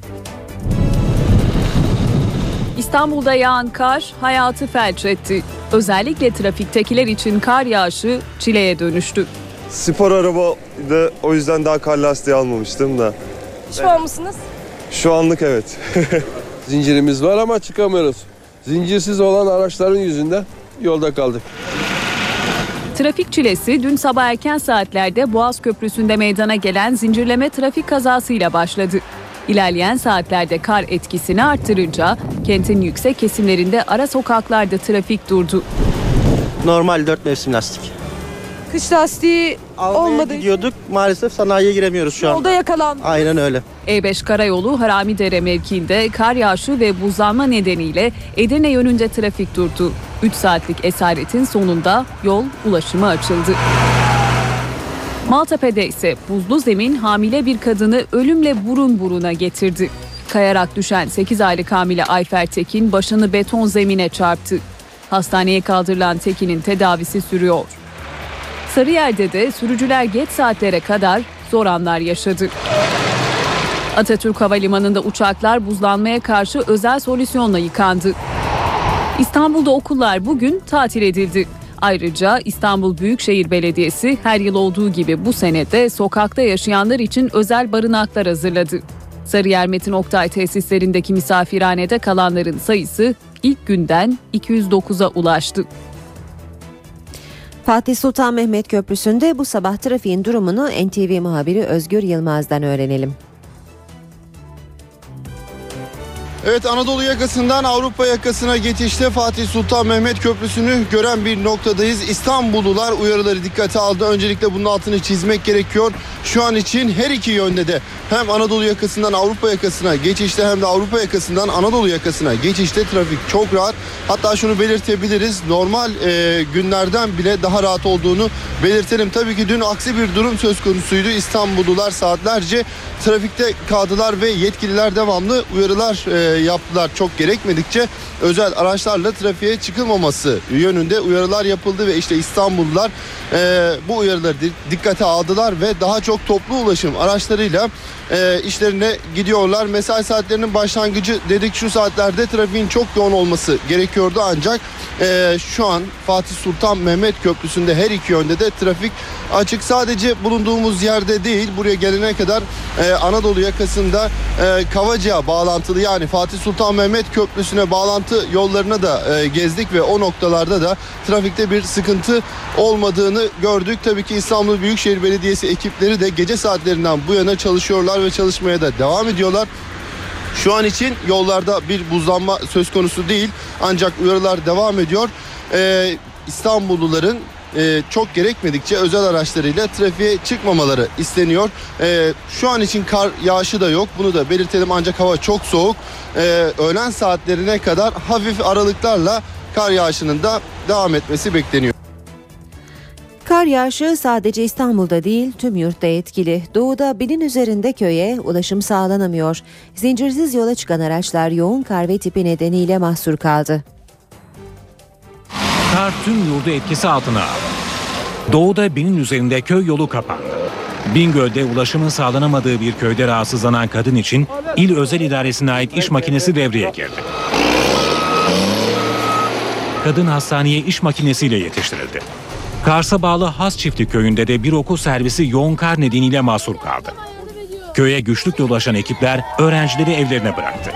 İstanbul'da yağan kar hayatı felç etti. Özellikle trafiktekiler için kar yağışı çileye dönüştü. Spor arabada o yüzden daha kar lastiği almamıştım da. Pişman mısınız? Şu anlık evet. Zincirimiz var ama çıkamıyoruz. Zincirsiz olan araçların yüzünden yolda kaldık. Trafik çilesi dün sabah erken saatlerde Boğaz Köprüsü'nde meydana gelen zincirleme trafik kazasıyla başladı. İlerleyen saatlerde kar etkisini arttırınca kentin yüksek kesimlerinde ara sokaklarda trafik durdu. Normal dört mevsim lastik. Kış lastiği olmadı. Gidiyorduk, maalesef sanayiye giremiyoruz şu an. Yolda yakalandı. Aynen öyle. E beş Karayolu Haramidere mevkiinde kar yağışı ve buzlanma nedeniyle Edirne yönünde trafik durdu. üç saatlik esaretin sonunda yol ulaşıma açıldı. Maltepe'de ise buzlu zemin hamile bir kadını ölümle burun buruna getirdi. Kayarak düşen sekiz aylık hamile Ayfer Tekin başını beton zemine çarptı. Hastaneye kaldırılan Tekin'in tedavisi sürüyor. Sarıyer'de de sürücüler geç saatlere kadar zor anlar yaşadı. Atatürk Havalimanı'nda uçaklar buzlanmaya karşı özel solüsyonla yıkandı. İstanbul'da okullar bugün tatil edildi. Ayrıca İstanbul Büyükşehir Belediyesi her yıl olduğu gibi bu sene de sokakta yaşayanlar için özel barınaklar hazırladı. Sarıyer Metin Oktay tesislerindeki misafirhanede kalanların sayısı ilk günden iki yüz dokuza ulaştı. Fatih Sultan Mehmet Köprüsü'nde bu sabah trafiğin durumunu N T V muhabiri Özgür Yılmaz'dan öğrenelim. Evet, Anadolu yakasından Avrupa yakasına geçişte Fatih Sultan Mehmet Köprüsü'nü gören bir noktadayız. İstanbullular uyarıları dikkate aldı. Öncelikle bunun altını çizmek gerekiyor. Şu an için her iki yönde de hem Anadolu yakasından Avrupa yakasına geçişte hem de Avrupa yakasından Anadolu yakasına geçişte trafik çok rahat. Hatta şunu belirtebiliriz. Normal e, günlerden bile daha rahat olduğunu belirtelim. Tabii ki dün aksi bir durum söz konusuydu. İstanbullular saatlerce trafikte kaldılar ve yetkililer devamlı uyarılar e, yaptılar. Çok gerekmedikçe özel araçlarla trafiğe çıkılmaması yönünde uyarılar yapıldı ve işte İstanbullular e, bu uyarıları dikkate aldılar ve daha çok toplu ulaşım araçlarıyla e, işlerine gidiyorlar. Mesai saatlerinin başlangıcı dedik, şu saatlerde trafiğin çok yoğun olması gerekiyordu ancak e, şu an Fatih Sultan Mehmet Köprüsü'nde her iki yönde de trafik açık. Sadece bulunduğumuz yerde değil, buraya gelene kadar e, Anadolu yakasında e, Kavacık'a bağlantılı, yani Fatih Sultan Mehmet Köprüsü'ne bağlantı yollarına da e, gezdik ve o noktalarda da trafikte bir sıkıntı olmadığını gördük. Tabii ki İstanbul Büyükşehir Belediyesi ekipleri de gece saatlerinden bu yana çalışıyorlar ve çalışmaya da devam ediyorlar. Şu an için yollarda bir buzlanma söz konusu değil ancak uyarılar devam ediyor. Ee, İstanbulluların e, çok gerekmedikçe özel araçlarıyla trafiğe çıkmamaları isteniyor. Ee, şu an için kar yağışı da yok, bunu da belirtelim, ancak hava çok soğuk. Ee, öğlen saatlerine kadar hafif aralıklarla kar yağışının da devam etmesi bekleniyor. Kar yağışı sadece İstanbul'da değil tüm yurtta etkili. Doğuda binin üzerinde köye ulaşım sağlanamıyor. Zincirsiz yola çıkan araçlar yoğun kar ve tipi nedeniyle mahsur kaldı. Kar tüm yurdu etkisi altına aldı. Doğuda binin üzerinde köy yolu kapandı. Bingöl'de ulaşımın sağlanamadığı bir köyde rahatsızlanan kadın için il özel idaresine ait iş makinesi devreye girdi. Kadın hastaneye iş makinesiyle yetiştirildi. Kars'a bağlı Hasçiftli köyünde de bir okul servisi yoğun kar nedeniyle mahsur kaldı. Köye güçlükle ulaşan ekipler öğrencileri evlerine bıraktı.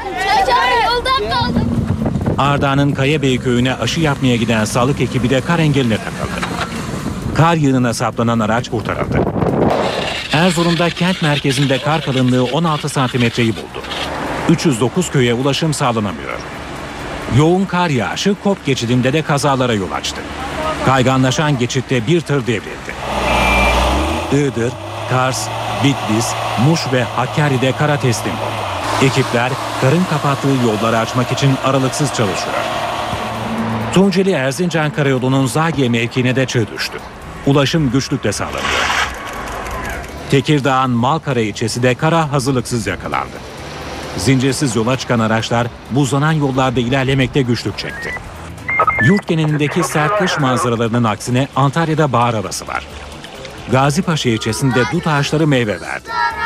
Ardahan'ın Kayabey köyüne aşı yapmaya giden sağlık ekibi de kar engeline takıldı. Kar yığınına saplanan araç kurtarıldı. Erzurum'da kent merkezinde kar kalınlığı on altı santimetreyi buldu. üç yüz dokuz köye ulaşım sağlanamıyor. Yoğun kar yağışı Kop geçidinde de kazalara yol açtı. Kayganlaşan geçitte bir tır devrildi. Iğdır, Kars, Bitlis, Muş ve Hakkari'de kara teslim oldu. Ekipler karın kapattığı yolları açmak için aralıksız çalışıyor. Tunceli Erzincan Karayolu'nun Zagye mevkiine de çığ düştü. Ulaşım güçlükle sağlanıyor. Tekirdağ'ın Malkara ilçesi de kara hazırlıksız yakalandı. Zincirsiz yola çıkan araçlar buzlanan yollarda ilerlemekte güçlük çekti. Yurt genelindeki sert kış manzaralarının aksine Antalya'da bahar havası var. Gazipaşa ilçesinde dut ağaçları meyve verdi.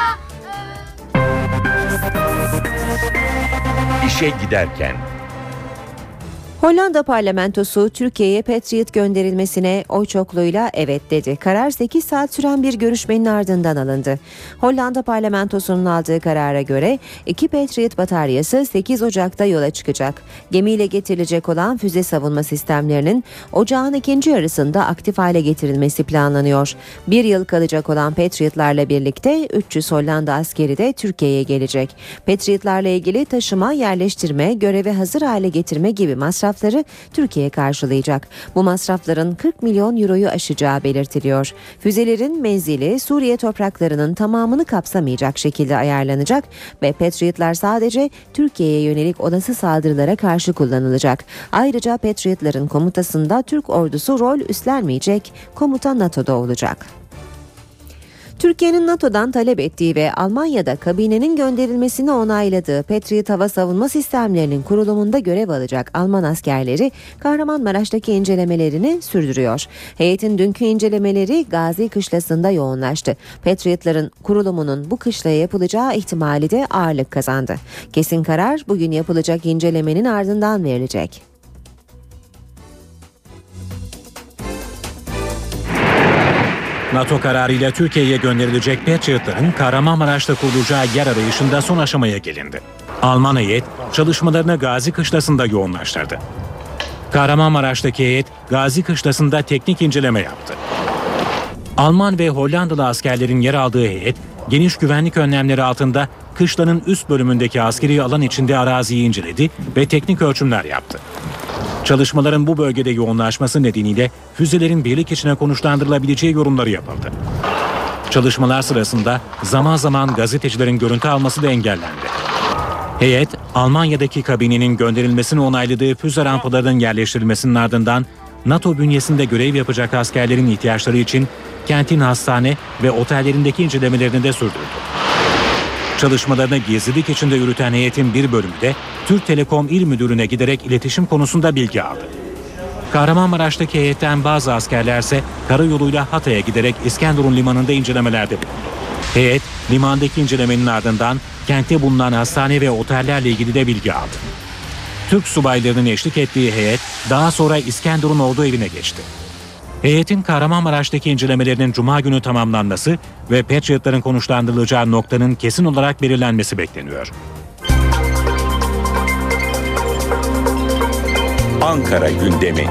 İşe giderken. Hollanda parlamentosu Türkiye'ye Patriot gönderilmesine oy çokluğuyla evet dedi. Karar sekiz saat süren bir görüşmenin ardından alındı. Hollanda parlamentosunun aldığı karara göre iki Patriot bataryası sekiz Ocak'ta yola çıkacak. Gemiyle getirilecek olan füze savunma sistemlerinin ocağın ikinci yarısında aktif hale getirilmesi planlanıyor. Bir yıl kalacak olan Patriot'larla birlikte üç yüz Hollanda askeri de Türkiye'ye gelecek. Patriot'larla ilgili taşıma, yerleştirme, göreve hazır hale getirme gibi masraf Türkiye karşılayacak. Bu masrafların kırk milyon euroyu aşacağı belirtiliyor. Füzelerin menzili Suriye topraklarının tamamını kapsamayacak şekilde ayarlanacak ve Patriotlar sadece Türkiye'ye yönelik olası saldırılara karşı kullanılacak. Ayrıca Patriotların komutasında Türk ordusu rol üstlenmeyecek, komuta NATO'da olacak. Türkiye'nin NATO'dan talep ettiği ve Almanya'da kabinenin gönderilmesini onayladığı Patriot hava savunma sistemlerinin kurulumunda görev alacak Alman askerleri Kahramanmaraş'taki incelemelerini sürdürüyor. Heyetin dünkü incelemeleri Gazi Kışlası'nda yoğunlaştı. Patriotların kurulumunun bu kışlaya yapılacağı ihtimali de ağırlık kazandı. Kesin karar bugün yapılacak incelemenin ardından verilecek. NATO kararıyla Türkiye'ye gönderilecek Patriot'ların Kahramanmaraş'ta kurulacağı yer arayışında son aşamaya gelindi. Alman heyet çalışmalarını Gazi Kışlası'nda yoğunlaştırdı. Kahramanmaraş'taki heyet Gazi Kışlası'nda teknik inceleme yaptı. Alman ve Hollandalı askerlerin yer aldığı heyet, geniş güvenlik önlemleri altında kışlanın üst bölümündeki askeri alan içinde araziyi inceledi ve teknik ölçümler yaptı. Çalışmaların bu bölgede yoğunlaşması nedeniyle füzelerin birlik içine konuşlandırılabileceği yorumları yapıldı. Çalışmalar sırasında zaman zaman gazetecilerin görüntü alması da engellendi. Heyet, Almanya'daki kabinenin gönderilmesini onayladığı füze rampalarının yerleştirilmesinin ardından NATO bünyesinde görev yapacak askerlerin ihtiyaçları için kentin hastane ve otellerindeki incelemelerini de sürdürdü. Çalışmalarını gizlilik içinde yürüten heyetin bir bölümü de Türk Telekom İl Müdürlüğü'ne giderek iletişim konusunda bilgi aldı. Kahramanmaraş'taki heyetten bazı askerlerse karayoluyla Hatay'a giderek İskenderun limanında incelemelerde bulundu. Heyet, limandaki incelemenin ardından kentte bulunan hastane ve otellerle ilgili de bilgi aldı. Türk subaylarının eşlik ettiği heyet daha sonra İskenderun Ordu Evi'ne geçti. Heyetin Kahramanmaraş'taki incelemelerinin Cuma günü tamamlanması ve Patriot'ların konuşlandırılacağı noktanın kesin olarak belirlenmesi bekleniyor. Ankara gündemi.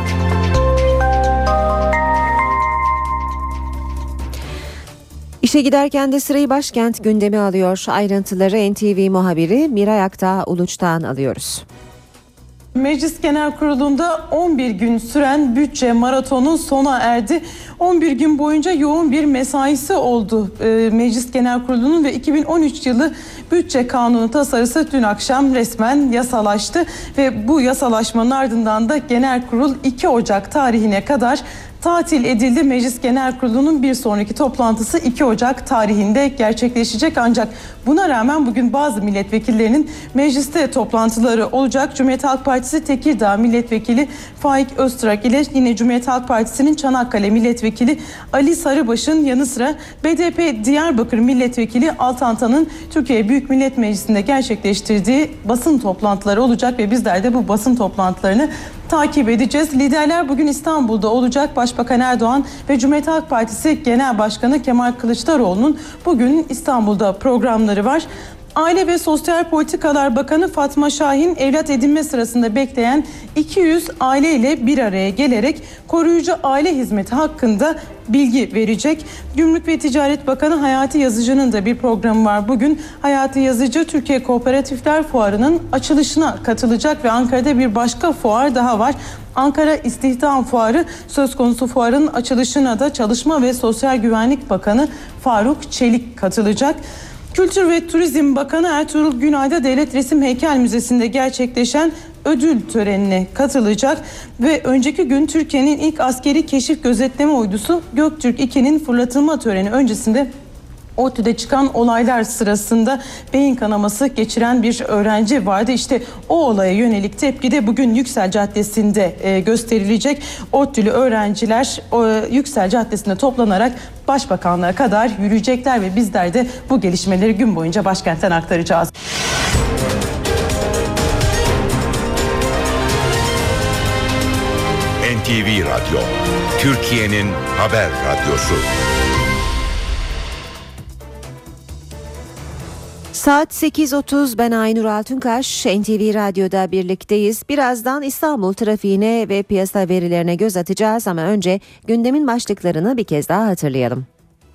İşe giderken de sırayı başkent gündemi alıyor. Ayrıntıları N T V muhabiri Miray Aktağ Uluç'tan alıyoruz. Meclis Genel Kurulu'nda on bir gün süren bütçe maratonu sona erdi. on bir gün boyunca yoğun bir mesaisi oldu Meclis Genel Kurulu'nun ve iki bin on üç yılı bütçe kanunu tasarısı dün akşam resmen yasalaştı. Ve bu yasalaşmanın ardından da Genel Kurul iki Ocak tarihine kadar tatil edildi. Meclis Genel Kurulu'nun bir sonraki toplantısı iki Ocak tarihinde gerçekleşecek. Ancak buna rağmen bugün bazı milletvekillerinin mecliste toplantıları olacak. Cumhuriyet Halk Partisi Tekirdağ Milletvekili Faik Öztürk ile yine Cumhuriyet Halk Partisi'nin Çanakkale Milletvekili Ali Sarıbaş'ın yanı sıra B D P Diyarbakır Milletvekili Altantan'ın Türkiye Büyük Millet Meclisi'nde gerçekleştirdiği basın toplantıları olacak ve bizler de bu basın toplantılarını takip edeceğiz. Liderler bugün İstanbul'da olacak. Başbakan Erdoğan ve Cumhuriyet Halk Partisi Genel Başkanı Kemal Kılıçdaroğlu'nun bugün İstanbul'da programları var. Aile ve Sosyal Politikalar Bakanı Fatma Şahin evlat edinme sırasında bekleyen iki yüz aileyle bir araya gelerek koruyucu aile hizmeti hakkında bilgi verecek. Gümrük ve Ticaret Bakanı Hayati Yazıcı'nın da bir programı var bugün. Hayati Yazıcı Türkiye Kooperatifler Fuarı'nın açılışına katılacak ve Ankara'da bir başka fuar daha var. Ankara İstihdam Fuarı. Söz konusu fuarın açılışına da Çalışma ve Sosyal Güvenlik Bakanı Faruk Çelik katılacak. Kültür ve Turizm Bakanı Ertuğrul Günay'da Devlet Resim Heykel Müzesi'nde gerçekleşen ödül törenine katılacak ve önceki gün Türkiye'nin ilk askeri keşif gözetleme uydusu Göktürk iki'nin fırlatılma töreni öncesinde ODTÜ'de çıkan olaylar sırasında beyin kanaması geçiren bir öğrenci vardı. İşte o olaya yönelik tepki de bugün Yüksel Caddesi'nde e, gösterilecek. ODTÜ'lü öğrenciler o, Yüksel Caddesi'nde toplanarak Başbakanlığa kadar yürüyecekler ve bizler de bu gelişmeleri gün boyunca başkentten aktaracağız. N T V Radyo, Türkiye'nin haber radyosu. Saat sekiz otuz, ben Aynur Altunkaş, N T V Radyo'da birlikteyiz. Birazdan İstanbul trafiğine ve piyasa verilerine göz atacağız ama önce gündemin başlıklarını bir kez daha hatırlayalım.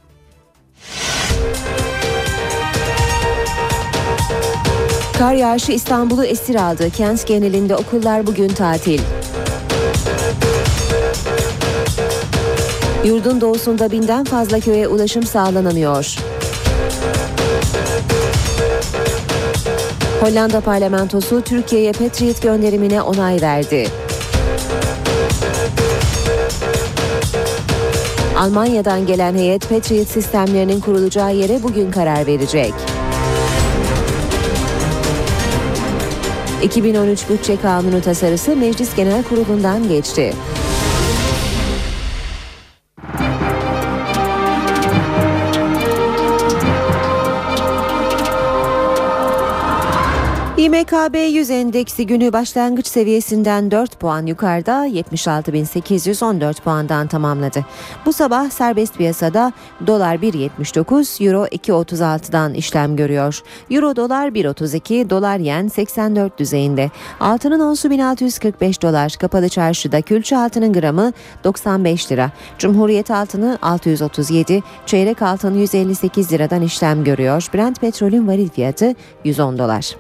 Kar yağışı İstanbul'u esir aldı. Kent genelinde okullar bugün tatil. Yurdun doğusunda binden fazla köye ulaşım sağlanamıyor. Hollanda parlamentosu Türkiye'ye Patriot gönderimine onay verdi. Almanya'dan gelen heyet Patriot sistemlerinin kurulacağı yere bugün karar verecek. iki bin on üç Bütçe Kanunu tasarısı Meclis Genel Kurulu'ndan geçti. İ M K B yüz endeksi günü başlangıç seviyesinden dört puan yukarıda yetmiş altı bin sekiz yüz on dört puandan tamamladı. Bu sabah serbest piyasada dolar bir yetmiş dokuz, euro iki otuz altıdan işlem görüyor. Euro dolar bir otuz iki, dolar yen seksen dört düzeyinde. Altının onsu bin altı yüz kırk beş dolar. Kapalı çarşıda külçe altının gramı doksan beş lira. Cumhuriyet altını altı yüz otuz yedi, çeyrek altın yüz elli sekiz liradan işlem görüyor. Brent petrolün varil fiyatı yüz on dolar.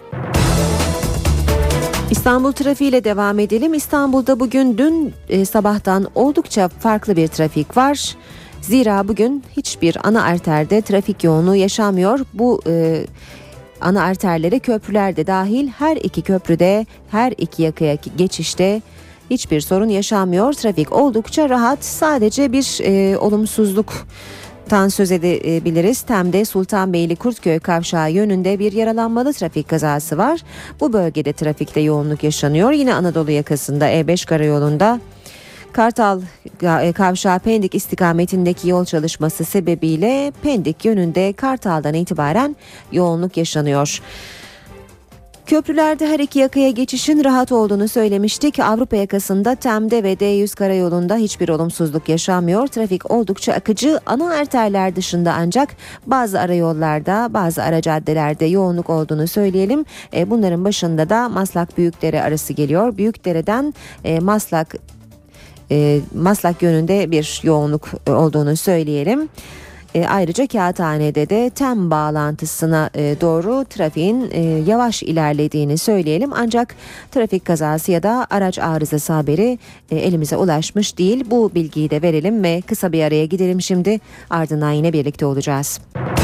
İstanbul trafiğiyle devam edelim. İstanbul'da bugün dün e, sabahtan oldukça farklı bir trafik var. Zira bugün hiçbir ana arterde trafik yoğunluğu yaşanmıyor. Bu e, ana arterlere köprüler de dahil her iki köprüde, her iki yakaya geçişte hiçbir sorun yaşanmıyor. Trafik oldukça rahat. Sadece bir e, olumsuzluk tan söz edebiliriz. Tem'de Sultanbeyli Kurtköy kavşağı yönünde bir yaralanmalı trafik kazası var. Bu bölgede trafikte yoğunluk yaşanıyor. Yine Anadolu yakasında E beş karayolunda Kartal kavşağı Pendik istikametindeki yol çalışması sebebiyle Pendik yönünde Kartal'dan itibaren yoğunluk yaşanıyor. Köprülerde her iki yakaya geçişin rahat olduğunu söylemiştik. Avrupa yakasında Tem'de ve D yüz karayolunda hiçbir olumsuzluk yaşanmıyor. Trafik oldukça akıcı. Ana arterler dışında ancak bazı arayollarda, bazı ara caddelerde yoğunluk olduğunu söyleyelim. E, bunların başında da Maslak Büyükdere arası geliyor. Büyükdere'den e, Maslak e, Maslak yönünde bir yoğunluk olduğunu söyleyelim. E, ayrıca Kağıthane'de de Tem bağlantısına e, doğru trafiğin e, yavaş ilerlediğini söyleyelim. Ancak trafik kazası ya da araç arızası haberi e, elimize ulaşmış değil. Bu bilgiyi de verelim ve kısa bir araya gidelim şimdi. Ardından yine birlikte olacağız.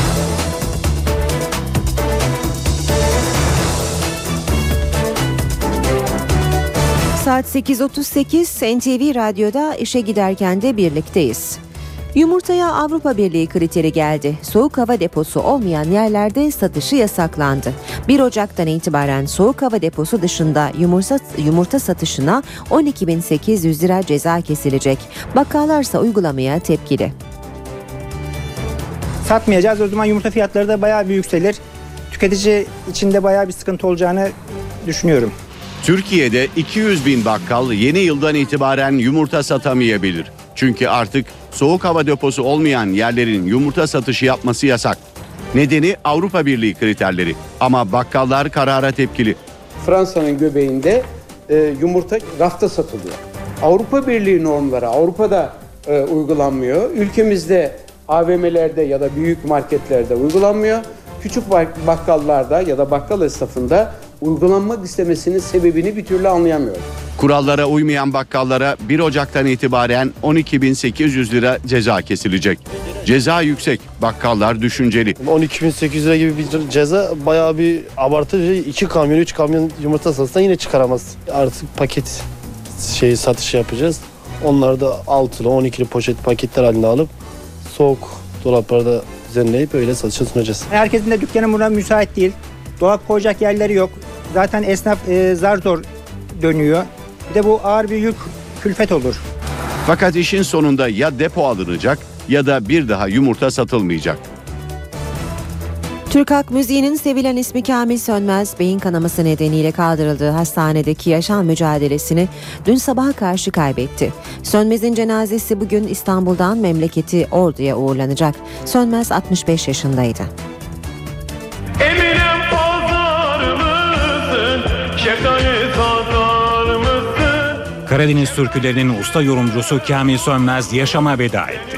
Saat sekiz otuz sekiz, N T V Radyo'da işe giderken de birlikteyiz. Yumurtaya Avrupa Birliği kriteri geldi. Soğuk hava deposu olmayan yerlerde satışı yasaklandı. bir Ocak'tan itibaren soğuk hava deposu dışında yumurta, yumurta satışına on iki bin sekiz yüz lira ceza kesilecek. Bakkallarsa uygulamaya tepkili. Satmayacağız, o zaman yumurta fiyatları da bayağı bir yükselir. Tüketici içinde bayağı bir sıkıntı olacağını düşünüyorum. Türkiye'de iki yüz bin bakkal yeni yıldan itibaren yumurta satamayabilir. Çünkü artık soğuk hava deposu olmayan yerlerin yumurta satışı yapması yasak. Nedeni Avrupa Birliği kriterleri. Ama bakkallar karara tepkili. Fransa'nın göbeğinde e, yumurta rafta satılıyor. Avrupa Birliği normları Avrupa'da e, uygulanmıyor. Ülkemizde A V M'lerde ya da büyük marketlerde uygulanmıyor. Küçük bakkallarda ya da bakkal esnafında uygulanmak istemesinin sebebini bir türlü anlayamıyorum. Kurallara uymayan bakkallara bir Ocak'tan itibaren on iki bin sekiz yüz lira ceza kesilecek. Ceza yüksek, bakkallar düşünceli. on iki bin sekiz yüz lira gibi bir ceza bayağı bir abartıcı. iki kamyon, üç kamyon yumurta satsan yine çıkaramaz. Artık paket şeyi satış yapacağız. Onları da altılı, on ikili poşet paketler halinde alıp soğuk dolaplarda düzenleyip öyle satışa sunacağız. Herkesin de dükkanı buna müsait değil. Dolap koyacak yerleri yok. Zaten esnaf e, zar zor dönüyor. Bir de bu ağır bir yük, külfet olur. Fakat işin sonunda ya depo alınacak ya da bir daha yumurta satılmayacak. Türk halk müziğinin sevilen ismi Kamil Sönmez, beyin kanaması nedeniyle kaldırıldığı hastanedeki yaşam mücadelesini dün sabaha karşı kaybetti. Sönmez'in cenazesi bugün İstanbul'dan memleketi Ordu'ya uğurlanacak. Sönmez altmış beş yaşındaydı. Eminem pazar mısın? Şakayı satar mısın? Karadeniz türkülerinin usta yorumcusu Kamil Sönmez yaşama veda etti.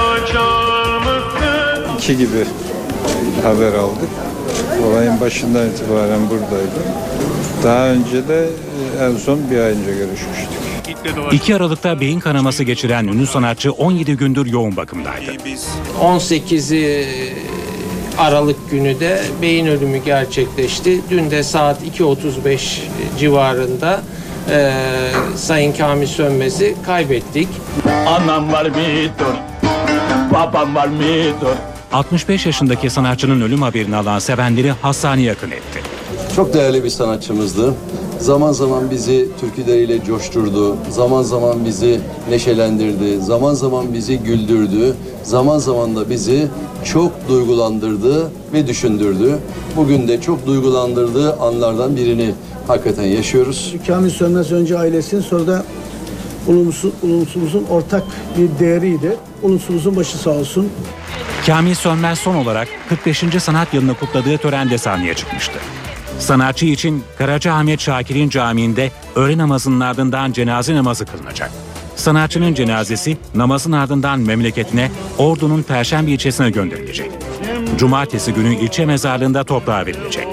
İki gibi haber aldık. Olayın başından itibaren buradaydım. Daha önce de en son bir ay önce görüşmüştük. iki Aralık'ta beyin kanaması geçiren ünlü sanatçı on yedi gündür yoğun bakımdaydı. on sekizi Aralık günü de beyin ölümü gerçekleşti. Dün de saat iki otuz beş civarında e, Sayın Kamil Sönmez'i kaybettik. Anam var bir dur, babam var bir dur. altmış beş yaşındaki sanatçının ölüm haberini alan sevenleri hastaneye yakın etti. Çok değerli bir sanatçımızdı. Zaman zaman bizi türküleriyle coşturdu, zaman zaman bizi neşelendirdi, zaman zaman bizi güldürdü, zaman zaman da bizi çok duygulandırdı ve düşündürdü. Bugün de çok duygulandırdığı anlardan birini hakikaten yaşıyoruz. Kamil Sönmez önce ailesinin, sonra da ulusumuzun, ulusumuzun ortak bir değeriydi. Ulusumuzun başı sağ olsun. Kamil Sönmez son olarak kırk beşinci sanat yılını kutladığı törende sahneye çıkmıştı. Sanatçı için Karacaahmet Şakir'in camiinde öğle namazının ardından cenaze namazı kılınacak. Sanatçının cenazesi namazın ardından memleketine Ordu'nun Perşembe ilçesine gönderilecek. Cumartesi günü ilçe mezarlığında toprağa verilecek.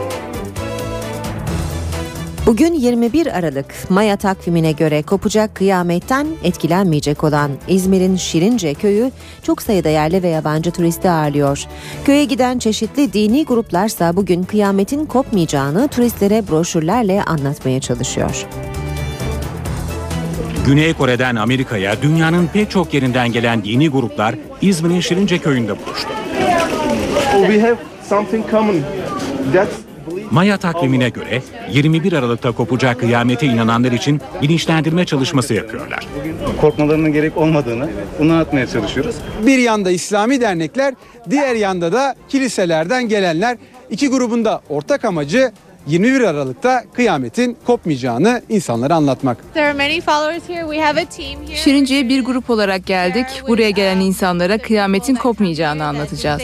Bugün yirmi bir Aralık, Maya takvimine göre kopacak kıyametten etkilenmeyecek olan İzmir'in Şirince köyü çok sayıda yerli ve yabancı turisti ağırlıyor. Köye giden çeşitli dini gruplarsa bugün kıyametin kopmayacağını turistlere broşürlerle anlatmaya çalışıyor. Güney Kore'den Amerika'ya dünyanın pek çok yerinden gelen dini gruplar İzmir'in Şirince köyünde buluştu. We have something common. That's Maya takvimine göre yirmi bir Aralık'ta kopacak kıyamete inananlar için bilinçlendirme çalışması yapıyorlar. Korkmalarının gerek olmadığını bunu anlatmaya çalışıyoruz. Bir yanda İslami dernekler, diğer yanda da kiliselerden gelenler. İki grubun da ortak amacı yirmi bir Aralık'ta kıyametin kopmayacağını insanlara anlatmak. Şirince'ye bir grup olarak geldik. Buraya gelen insanlara kıyametin kopmayacağını anlatacağız.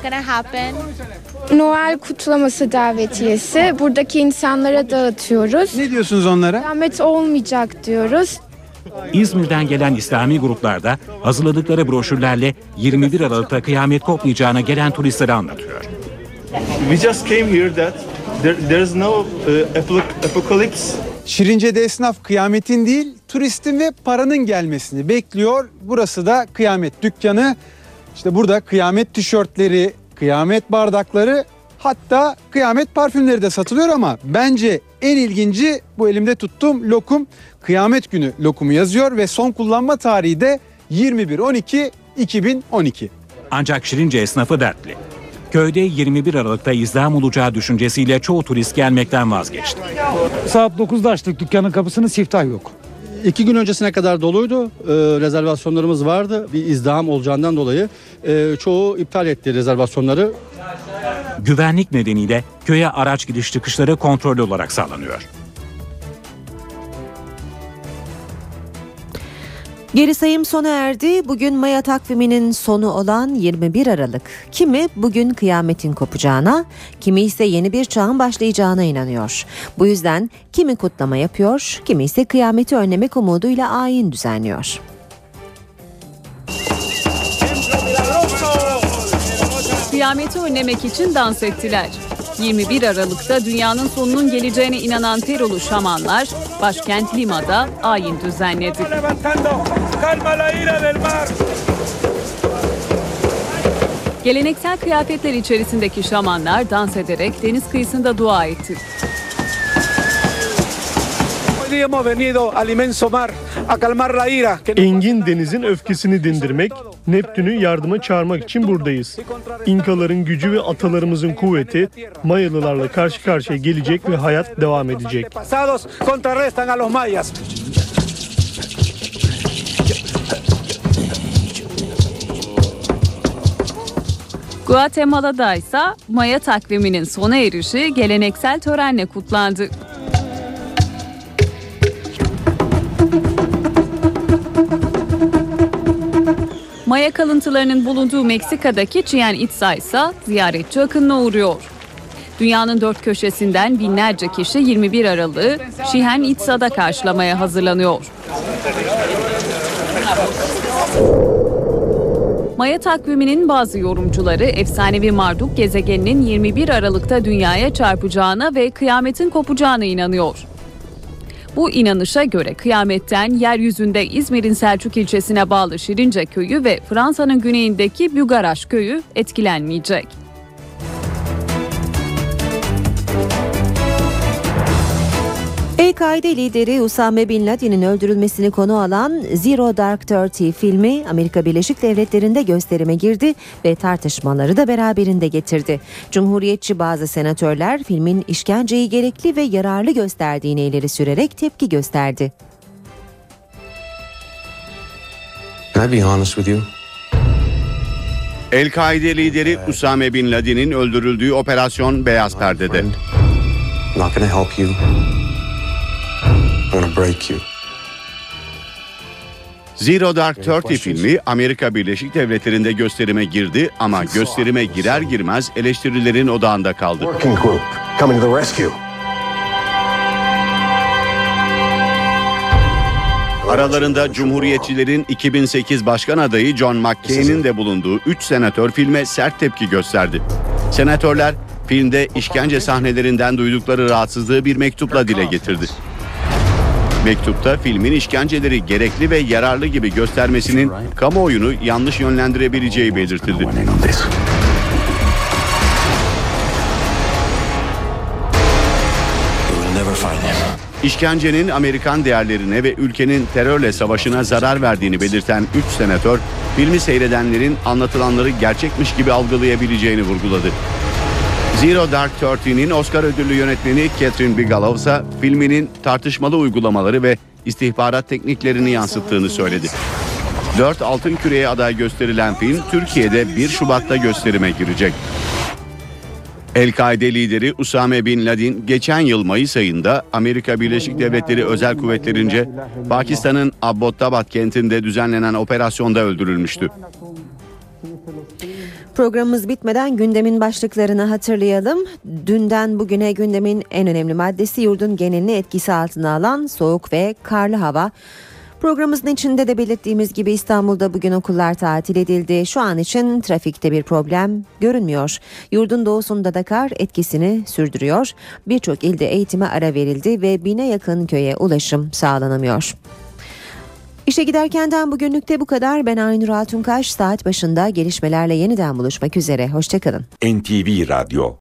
Noel kutlaması davetiyesi. Buradaki insanlara dağıtıyoruz. Ne diyorsunuz onlara? Kıyamet olmayacak diyoruz. İzmir'den gelen İslami gruplar da hazırladıkları broşürlerle yirmi bir Aralık'ta kıyamet kopmayacağına gelen turistlere anlatıyor. We just came here that there, there is no uh, apocalypse. Şirince'de esnaf kıyametin değil, turistin ve paranın gelmesini bekliyor. Burası da kıyamet dükkanı. İşte burada kıyamet tişörtleri, kıyamet bardakları, hatta kıyamet parfümleri de satılıyor ama bence en ilginci bu elimde tuttuğum lokum. Kıyamet günü lokumu yazıyor ve son kullanma tarihi de yirmi bir on iki iki bin on iki. Ancak Şirince esnafı dertli. Köyde yirmi bir Aralık'ta izdiham olacağı düşüncesiyle çoğu turist gelmekten vazgeçti. Saat dokuzda açtık dükkanın kapısını, siftah yok. İki gün öncesine kadar doluydu. Ee, rezervasyonlarımız vardı. Bir izdiham olacağından dolayı e, çoğu iptal etti rezervasyonları. Güvenlik nedeniyle köye araç gidiş çıkışları kontrollü olarak sağlanıyor. Geri sayım sona erdi. Bugün Maya takviminin sonu olan yirmi bir Aralık. Kimi bugün kıyametin kopacağına, kimi ise yeni bir çağın başlayacağına inanıyor. Bu yüzden kimi kutlama yapıyor, kimi ise kıyameti önlemek umuduyla ayin düzenliyor. Kıyameti önlemek için dans ettiler. yirmi bir Aralık'ta dünyanın sonunun geleceğine inanan Perulu şamanlar başkent Lima'da ayin düzenledi. Geleneksel kıyafetler içerisindeki şamanlar dans ederek deniz kıyısında dua etti. Engin denizin öfkesini dindirmek, Neptün'ü yardıma çağırmak için buradayız. İnkaların gücü ve atalarımızın kuvveti Mayalılarla karşı karşıya gelecek ve hayat devam edecek. Guatemala'da ise Maya takviminin sona erişi geleneksel törenle kutlandı. Maya kalıntılarının bulunduğu Meksika'daki Chichén Itzá ise ziyaretçi akınına uğruyor. Dünyanın dört köşesinden binlerce kişi yirmi bir Aralık'ı Chichén Itzá'da karşılamaya hazırlanıyor. Maya takviminin bazı yorumcuları efsanevi Marduk gezegeninin yirmi bir Aralık'ta dünyaya çarpacağına ve kıyametin kopacağına inanıyor. Bu inanışa göre kıyametten yeryüzünde İzmir'in Selçuk ilçesine bağlı Şirince köyü ve Fransa'nın güneyindeki Bugaraş köyü etkilenmeyecek. El-Kaide lideri Usame Bin Laden'in öldürülmesini konu alan Zero Dark Thirty filmi Amerika Birleşik Devletleri'nde gösterime girdi ve tartışmaları da beraberinde getirdi. Cumhuriyetçi bazı senatörler filmin işkenceyi gerekli ve yararlı gösterdiğini ileri sürerek tepki gösterdi. Can I be honest with you? El-Kaide lideri Usame Bin Laden'in öldürüldüğü operasyon beyaz perdede. I'm not gonna help you. I'm gonna break you. Zero Dark Thirty filmi Amerika Birleşik Devletleri'nde gösterime girdi ama gösterime girer girmez eleştirilerin odağında kaldı. Working group coming to the rescue. Aralarında Cumhuriyetçilerin iki bin sekiz başkan adayı John McCain'in de bulunduğu üç senatör filme sert tepki gösterdi. Senatörler filmde işkence sahnelerinden duydukları rahatsızlığı bir mektupla dile getirdi. Mektupta filmin işkenceleri gerekli ve yararlı gibi göstermesinin kamuoyunu yanlış yönlendirebileceği belirtildi. İşkencenin Amerikan değerlerine ve ülkenin terörle savaşına zarar verdiğini belirten üç senatör, filmi seyredenlerin anlatılanları gerçekmiş gibi algılayabileceğini vurguladı. Zero Dark Thirty'nin Oscar ödüllü yönetmeni Catherine Bigelow ise filminin tartışmalı uygulamaları ve istihbarat tekniklerini yansıttığını söyledi. Dört altın küreye aday gösterilen film Türkiye'de bir Şubat'ta gösterime girecek. El-Kaide lideri Usame Bin Laden geçen yıl Mayıs ayında Amerika Birleşik Devletleri Özel Kuvvetlerince Pakistan'ın Abbottabad kentinde düzenlenen operasyonda öldürülmüştü. Programımız bitmeden gündemin başlıklarını hatırlayalım. Dünden bugüne gündemin en önemli maddesi yurdun genelini etkisi altına alan soğuk ve karlı hava. Programımızın içinde de belirttiğimiz gibi İstanbul'da bugün okullar tatil edildi. Şu an için trafikte bir problem görünmüyor. Yurdun doğusunda da kar etkisini sürdürüyor. Birçok ilde eğitime ara verildi ve bine yakın köye ulaşım sağlanamıyor. İşe giderkenden bugünlükte bu kadar. Ben Aynur Altunkaş. Saat başında gelişmelerle yeniden buluşmak üzere. Hoşçakalın. N T V Radyo